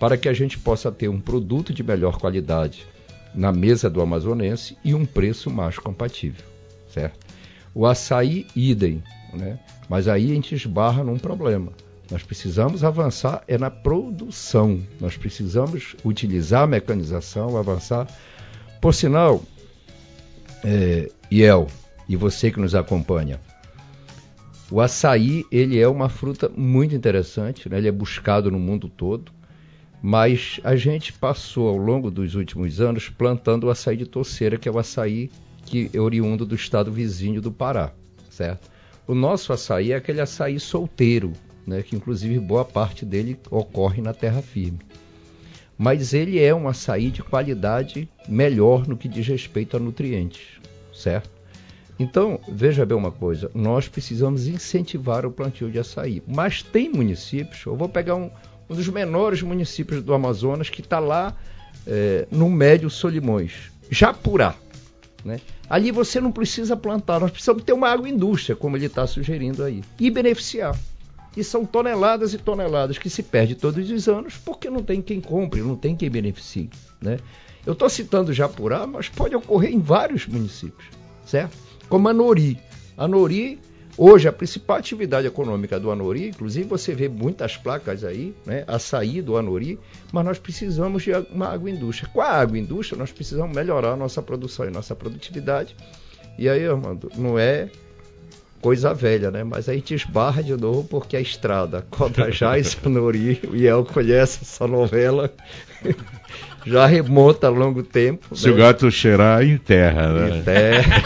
para que a gente possa ter um produto de melhor qualidade na mesa do amazonense e um preço mais compatível, certo? O açaí, idem, né? Mas aí a gente esbarra num problema. Nós precisamos avançar é na produção, nós precisamos utilizar a mecanização, avançar. Por sinal, é, Iel, e você que nos acompanha, o açaí, ele é uma fruta muito interessante, né? Ele é buscado no mundo todo, mas a gente passou ao longo dos últimos anos plantando o açaí de toceira, que é o açaí que é oriundo do estado vizinho do Pará, certo? O nosso açaí é aquele açaí solteiro, né? Que inclusive boa parte dele ocorre na terra firme. Mas ele é um açaí de qualidade melhor no que diz respeito a nutrientes, certo? Então, veja bem uma coisa, nós precisamos incentivar o plantio de açaí. Mas tem municípios, eu vou pegar um, um dos menores municípios do Amazonas, que está lá é, no Médio Solimões, Japurá, né? Ali você não precisa plantar, nós precisamos ter uma agroindústria, como ele está sugerindo aí, e beneficiar. E são toneladas e toneladas que se perde todos os anos porque não tem quem compre, não tem quem beneficie, né? Eu estou citando Japurá, mas pode ocorrer em vários municípios, certo? Como Anori. Anori, hoje, a principal atividade econômica do Anori, inclusive você vê muitas placas aí, né? Açaí do Anori, mas nós precisamos de uma agroindústria. Com a agroindústria, nós precisamos melhorar a nossa produção e nossa produtividade. E aí, Armando, não é coisa velha, né? Mas a gente esbarra de novo porque a estrada Codajás, Anori, o Iel conhece essa novela, já remonta a longo tempo. Se né? o gato cheirar, enterra, né? Enterra.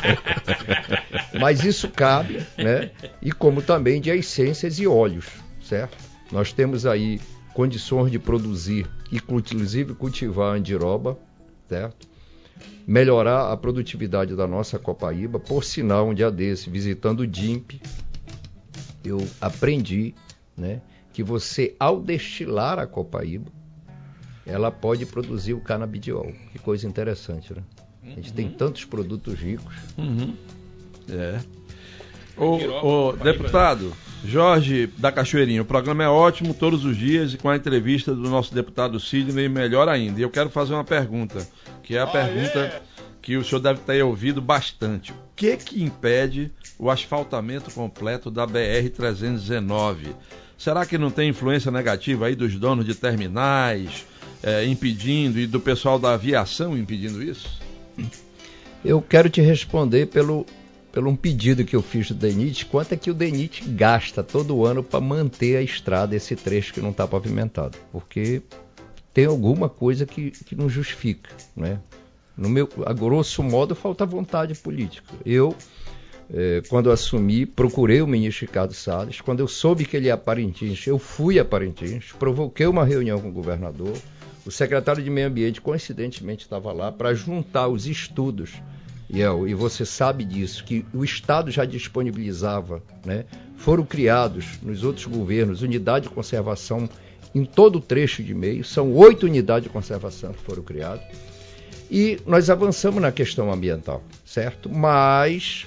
Mas isso cabe, né? E como também de essências e óleos, certo? Nós temos aí condições de produzir e inclusive cultivar andiroba, certo? Melhorar a produtividade da nossa copaíba. Por sinal, um dia desse, visitando o D I M P, eu aprendi, né, que você, ao destilar a copaíba, ela pode produzir o canabidiol. Que coisa interessante, né? A gente uhum. tem tantos produtos ricos. Uhum. É. O, o deputado Jorge da Cachoeirinha, o programa é ótimo todos os dias e com a entrevista do nosso deputado Sidney, melhor ainda. E eu quero fazer uma pergunta, que é a ah, pergunta é? que o senhor deve ter ouvido bastante. O que que impede o asfaltamento completo da B R trezentos e dezenove? Será que não tem influência negativa aí dos donos de terminais é, impedindo e do pessoal da aviação impedindo isso? Eu quero te responder pelo... pelo um pedido que eu fiz do D E N I T, quanto é que o D E N I T gasta todo ano para manter a estrada, esse trecho que não está pavimentado. Porque tem alguma coisa que, que não justifica, né? No meu, a grosso modo, falta vontade política. Eu, eh, quando assumi, procurei o ministro Ricardo Salles. Quando eu soube que ele ia a Parintins, eu fui a Parintins, provoquei uma reunião com o governador. O secretário de Meio Ambiente, coincidentemente, estava lá para juntar os estudos. E você sabe disso, que o Estado já disponibilizava, né? Foram criados nos outros governos unidade de conservação em todo o trecho de meio, são oito unidades de conservação que foram criadas, e nós avançamos na questão ambiental, certo? Mas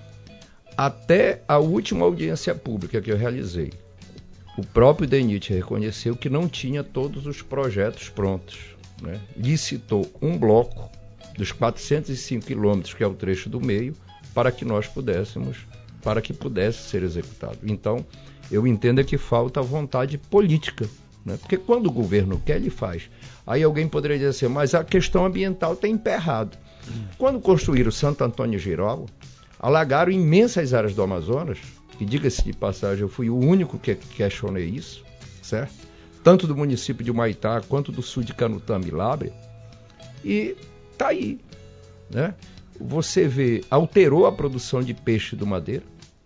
até a última audiência pública que eu realizei, o próprio D E N I T reconheceu que não tinha todos os projetos prontos, né? Licitou um bloco dos quatrocentos e cinco quilômetros, que é o trecho do meio, para que nós pudéssemos, para que pudesse ser executado. Então, eu entendo que falta vontade política, né? Porque quando o governo quer, ele faz. Aí alguém poderia dizer assim, mas a questão ambiental está emperrada. Quando construíram Santo Antônio Girau, alagaram imensas áreas do Amazonas, que, diga-se de passagem, eu fui o único que questionei isso, certo? Tanto do município de Humaitá, quanto do sul de Canutama e Lábrea, e está aí, né? Você vê, alterou a produção de peixe do Madeira,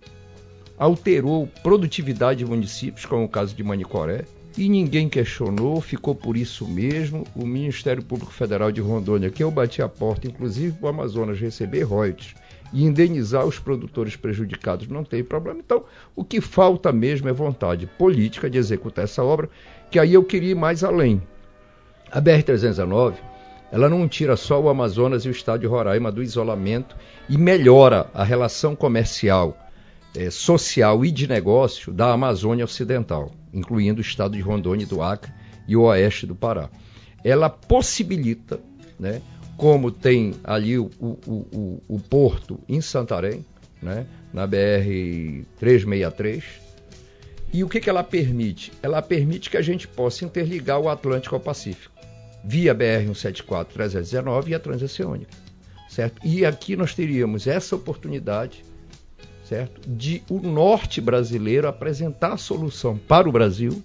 alterou a produtividade de municípios, como o caso de Manicoré, e ninguém questionou, ficou por isso mesmo. O Ministério Público Federal de Rondônia, que eu bati a porta, inclusive para o Amazonas receber royalties e indenizar os produtores prejudicados, não tem problema. Então, o que falta mesmo é vontade política de executar essa obra, que aí eu queria ir mais além. A B R trezentos e dezenove, ela não tira só o Amazonas e o estado de Roraima do isolamento e melhora a relação comercial, eh, social e de negócio da Amazônia Ocidental, incluindo o estado de Rondônia e do Acre e o oeste do Pará. Ela possibilita, né, como tem ali o, o, o, o porto em Santarém, né, na B R trezentos e sessenta e três, e o que, que ela permite? Ela permite que a gente possa interligar o Atlântico ao Pacífico, via B R cento e setenta e quatro trezentos e dezenove e a Transoceânica, certo? E aqui nós teríamos essa oportunidade, certo, de o norte brasileiro apresentar a solução para o Brasil,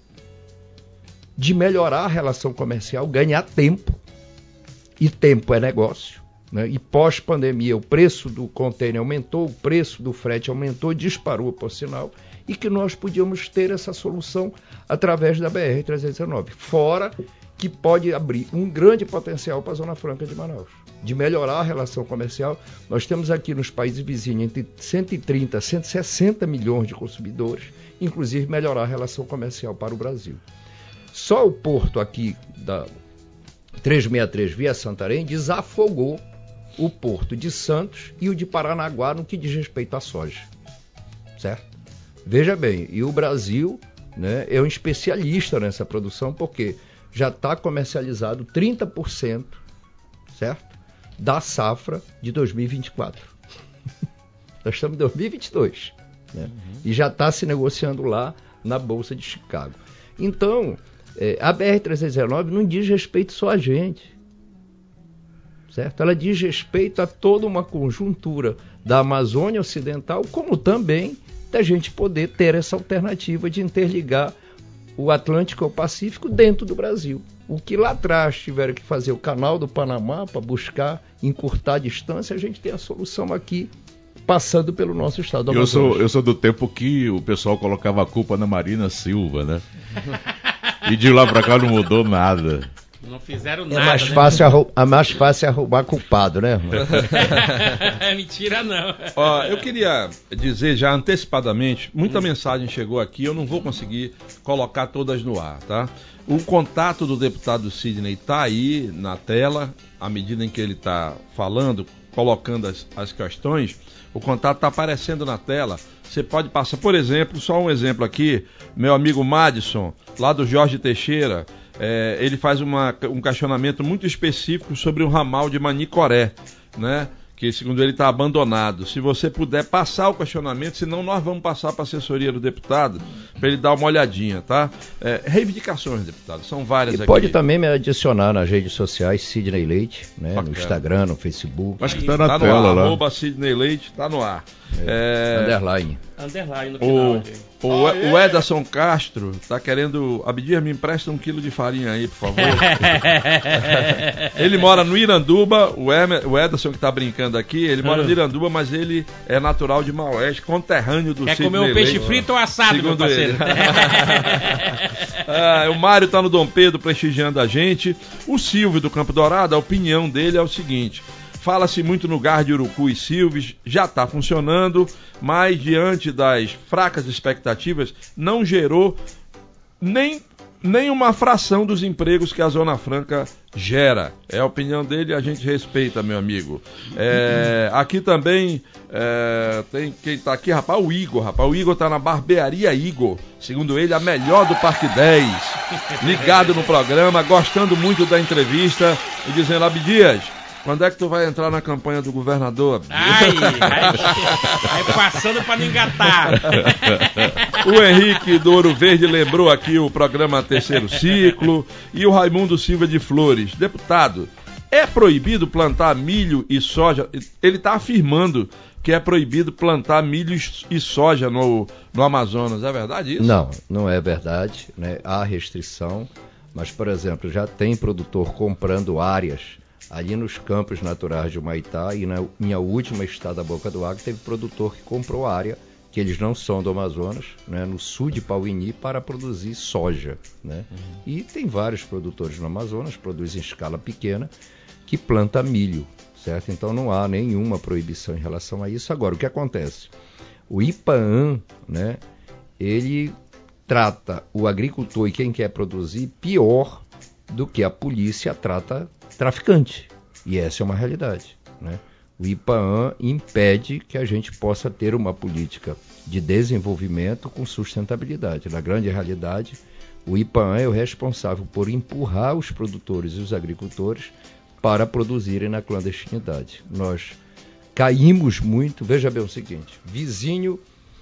de melhorar a relação comercial, ganhar tempo, e tempo é negócio, né? E pós-pandemia o preço do container aumentou, o preço do frete aumentou, disparou por sinal, e que nós podíamos ter essa solução através da B R trezentos e dezenove, fora que pode abrir um grande potencial para a Zona Franca de Manaus, de melhorar a relação comercial. Nós temos aqui nos países vizinhos entre cento e trinta a cento e sessenta milhões de consumidores, inclusive melhorar a relação comercial para o Brasil. Só o porto aqui da trezentos e sessenta e três via Santarém desafogou o porto de Santos e o de Paranaguá no que diz respeito à soja, certo? Veja bem, e o Brasil, né, é um especialista nessa produção, porque já está comercializado trinta por cento, certo, da safra de dois mil e vinte e quatro. Nós estamos em dois mil e vinte e dois, né? Uhum. E já está se negociando lá na Bolsa de Chicago. Então, é, a B R trezentos e dezenove não diz respeito só a gente, certo? Ela diz respeito a toda uma conjuntura da Amazônia Ocidental, como também da gente poder ter essa alternativa de interligar o Atlântico ao Pacífico dentro do Brasil. O que lá atrás tiveram que fazer o canal do Panamá para buscar encurtar a distância, a gente tem a solução aqui, passando pelo nosso estado do Amazonas. Eu sou, eu sou do tempo que o pessoal colocava a culpa na Marina Silva, né? E de lá pra cá não mudou nada. Não fizeram nada. É mais né? fácil, arru- é mais fácil arrumar culpado, né? Mentira não. Ó, eu queria dizer já antecipadamente, muita mensagem chegou aqui, eu não vou conseguir colocar todas no ar, tá? O contato do deputado Sidney está aí na tela, à medida em que ele está falando, colocando as, as questões, o contato está aparecendo na tela. Você pode passar, por exemplo, só um exemplo aqui, meu amigo Madison, lá do Jorge Teixeira, é, ele faz uma, um questionamento muito específico sobre o ramal de Manicoré, né? Que segundo ele está abandonado. Se você puder passar o questionamento, senão nós vamos passar para a assessoria do deputado, para ele dar uma olhadinha, tá? É, reivindicações, deputado, são várias e aqui. Pode também me adicionar nas redes sociais, Sidney Leite, né? No Instagram, no Facebook. Acho que está na tá tela no ar, lá. Arroba Sidney Leite, está no ar. É, É... Underline. Underline no O, final. o, o Ederson Castro tá querendo. Abdias, me empresta um quilo de farinha aí, por favor. Ele mora no Iranduba, o, Emer, o Ederson que tá brincando aqui, ele mora no Iranduba, mas ele é natural de Maués, conterrâneo do Quer Sidney comer um peixe Leite, frito ou assado, meu segundo parceiro? ele. Ah, o Mário tá no Dom Pedro prestigiando a gente. O Silvio do Campo Dourado, a opinião dele é o seguinte: fala-se muito no Gar de Urucu e Silves, já está funcionando, mas diante das fracas expectativas, não gerou nem, nem uma fração dos empregos que a Zona Franca gera. É a opinião dele e a gente respeita, meu amigo. É, aqui também é, tem quem está aqui, rapaz, o Igor, rapaz. O Igor está na Barbearia Igor, segundo ele, a melhor do Parque dez. Ligado no programa, gostando muito da entrevista e dizendo: Abdias, quando é que tu vai entrar na campanha do governador? Ai, ai, ai, passando para não engatar. O Henrique do Ouro Verde lembrou aqui o programa Terceiro Ciclo. E o Raimundo Silva de Flores: deputado, é proibido plantar milho e soja? Ele está afirmando que é proibido plantar milho e soja no, no Amazonas. É verdade isso? Não, não é verdade, né? Há restrição, mas, por exemplo, já tem produtor comprando áreas ali nos campos naturais de Humaitá, e na minha última estada à Boca do Acre teve produtor que comprou área, que eles não são do Amazonas, né, no sul de Pauini, para produzir soja, né? Uhum. E tem vários produtores no Amazonas, produzem em escala pequena, que planta milho, certo? Então não há nenhuma proibição em relação a isso. Agora, o que acontece? O IPAAN, né, ele trata o agricultor e quem quer produzir pior do que a polícia trata traficante. E essa é uma realidade, né? O IPAAN impede que a gente possa ter uma política de desenvolvimento com sustentabilidade. Na grande realidade, O IPAAN é o responsável por empurrar os produtores e os agricultores para produzirem na clandestinidade. Nós caímos muito, veja bem o seguinte, vizinho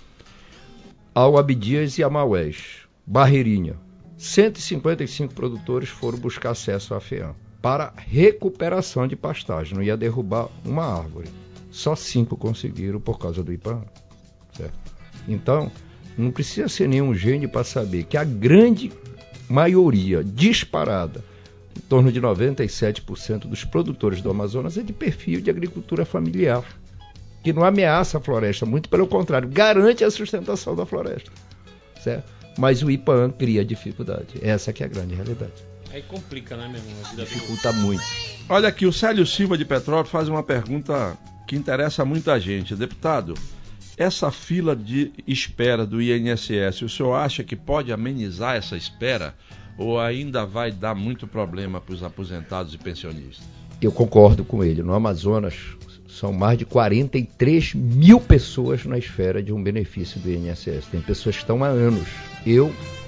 ao Abdias e a Maués, Barreirinha, cento e cinquenta e cinco produtores foram buscar acesso à FEAM para recuperação de pastagem, não ia derrubar uma árvore. Só cinco conseguiram por causa do IPAAN. Certo? Então, não precisa ser nenhum gênio para saber que a grande maioria, disparada, em torno de noventa e sete por cento dos produtores do Amazonas é de perfil de agricultura familiar, que não ameaça a floresta, muito pelo contrário, garante a sustentação da floresta. Certo? Mas o IPAAN cria dificuldade. Essa que é a grande realidade. Aí complica, né, meu irmão? A vida Dificulta do... muito. Olha aqui, o Célio Silva de Petrópolis faz uma pergunta que interessa muita gente. Deputado, essa fila de espera do I N S S, o senhor acha que pode amenizar essa espera ou ainda vai dar muito problema para os aposentados e pensionistas? Eu concordo com ele. No Amazonas, são mais de quarenta e três mil pessoas na esfera de um benefício do I N S S. Tem pessoas que estão há anos. Eu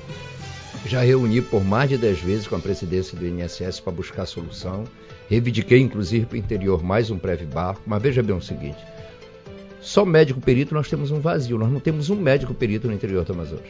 já reuni por mais de dez vezes com a presidência do I N S S para buscar solução. Reivindiquei, inclusive, para o interior mais um pré-barco. Mas veja bem o seguinte, só médico perito nós temos um vazio. Nós não temos um médico perito no interior do Amazonas.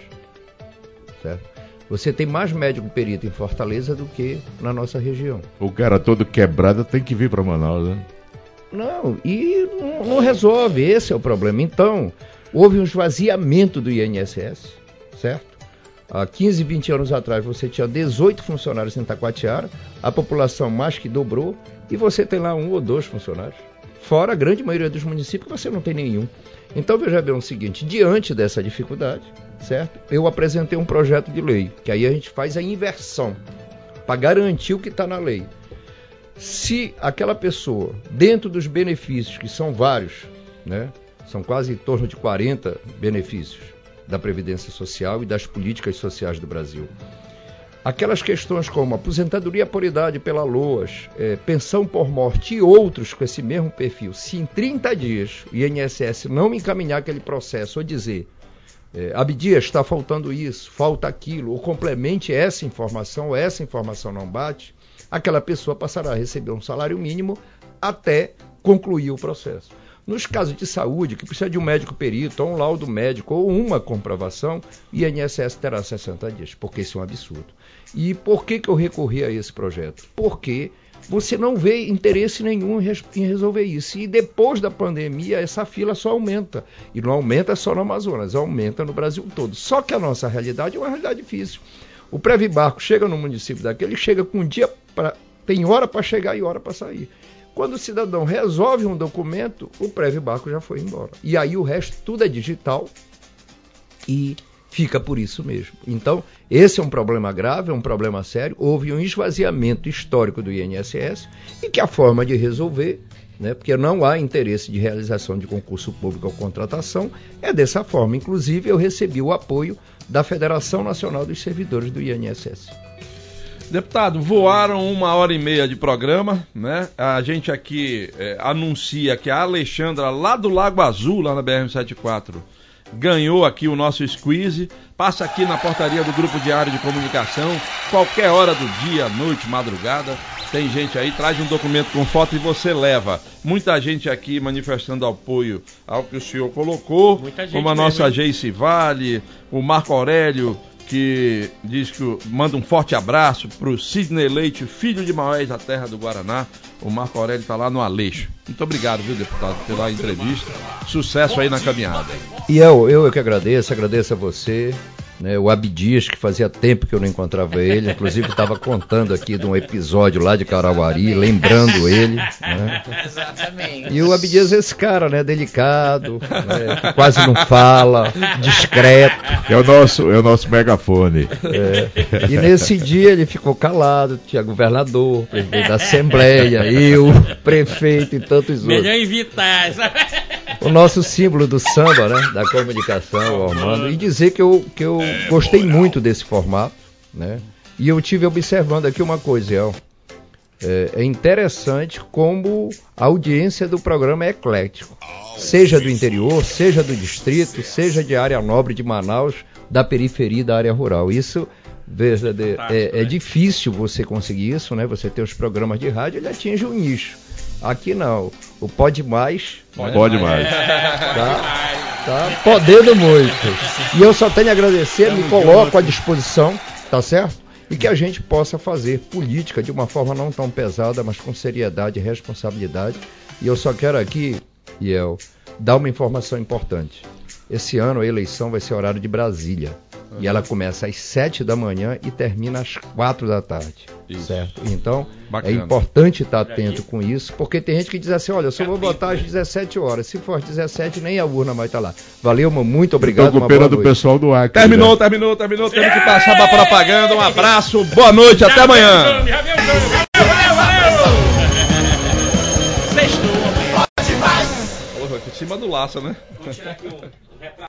Certo? Você tem mais médico perito em Fortaleza do que na nossa região. O cara todo quebrado tem que vir para Manaus, né? Não, e não, não resolve, esse é o problema. Então, houve um esvaziamento do I N S S, certo? Há quinze, vinte anos atrás você tinha dezoito funcionários em Taquatiara, a população mais que dobrou, e você tem lá um ou dois funcionários. Fora a grande maioria dos municípios você não tem nenhum. Então veja bem o seguinte, diante dessa dificuldade, certo? Eu apresentei um projeto de lei, que aí a gente faz a inversão, para garantir o que está na lei. Se aquela pessoa, dentro dos benefícios, que são vários, né? São quase em torno de quarenta benefícios da Previdência Social e das políticas sociais do Brasil, aquelas questões como aposentadoria por idade pela LOAS, é, pensão por morte e outros com esse mesmo perfil, se em trinta dias o I N S S não me encaminhar aquele processo ou dizer, é, Abdias, está faltando isso, falta aquilo, ou complemente essa informação, ou essa informação não bate, aquela pessoa passará a receber um salário mínimo até concluir o processo. Nos casos de saúde, que precisa de um médico perito, ou um laudo médico, ou uma comprovação, o I N S S terá sessenta dias, porque isso é um absurdo. E por que, que eu recorri a esse projeto? Porque você não vê interesse nenhum em resolver isso. E depois da pandemia, essa fila só aumenta. E não aumenta só no Amazonas, aumenta no Brasil todo. Só que a nossa realidade é uma realidade difícil. O pré-barco chega no município daquele, ele chega com um dia, pra, tem hora para chegar e hora para sair. Quando o cidadão resolve um documento, o pré-barco já foi embora. E aí o resto tudo é digital e fica por isso mesmo. Então, esse é um problema grave, é um problema sério. Houve um esvaziamento histórico do I N S S e que a forma de resolver, né, porque não há interesse de realização de concurso público ou contratação, é dessa forma. Inclusive, eu recebi o apoio da Federação Nacional dos Servidores do I N S S. Deputado, voaram uma hora e meia de programa, né? A gente aqui é, anuncia que a Alexandra, lá do Lago Azul, lá na B R setenta e quatro, ganhou aqui o nosso squeeze. Passa aqui na portaria do Grupo Diário de Comunicação, qualquer hora do dia, noite, madrugada. Tem gente aí, traz um documento com foto e você leva. Muita gente aqui manifestando apoio ao que o senhor colocou, como a nossa Geice Vale, o Marco Aurélio, que diz que manda um forte abraço para o Sidney Leite, filho de Maués, da terra do Guaraná. O Marco Aurélio está lá no Aleixo. Muito obrigado, viu, deputado, pela entrevista. Sucesso aí na caminhada. E eu, eu, eu que agradeço, agradeço a você, né, o Abdias, que fazia tempo que eu não encontrava ele, inclusive estava contando aqui de um episódio lá de Carauari, lembrando ele, né? Exatamente. E o Abdias é esse cara, né, delicado, né, que quase não fala, discreto. É o nosso, é o nosso megafone. É. E nesse dia ele ficou calado, tinha governador, presidente da Assembleia, eu, prefeito e tantos outros. Melhor evitar, sabe? O nosso símbolo do samba, né, da comunicação, o Armando, e dizer que eu, que eu gostei muito desse formato, né, e eu tive observando aqui uma coisa, El, é, é interessante como a audiência do programa é eclético, seja do interior, seja do distrito, seja de área nobre de Manaus, da periferia e da área rural. Isso verdadeiro. É, é difícil você conseguir isso, né? Você ter os programas de rádio, ele atinge um nicho. Aqui não. O Pode Mais. Pode, né? Pode mais. Tá, tá podendo muito. E eu só tenho a agradecer, me coloco à disposição, tá certo? E que a gente possa fazer política de uma forma não tão pesada, mas com seriedade e responsabilidade. E eu só quero aqui, Iel, dar uma informação importante. Esse ano a eleição vai ser horário de Brasília. Uhum. E ela começa às sete da manhã e termina às quatro da tarde. Isso. Certo? Então, bacana. É importante estar atento com isso, porque tem gente que diz assim, olha, eu só vou votar às dezessete horas. Se for às dezessete, nem a urna vai estar lá. Valeu, muito obrigado. Estou com pena do pessoal do Acre. Terminou, né? terminou, terminou. Temos que passar para a propaganda. Um abraço, boa noite, até amanhã. Valeu, valeu, valeu. Sextou. Porra, aqui em cima do laço, né? Vou tirar aqui um retrato.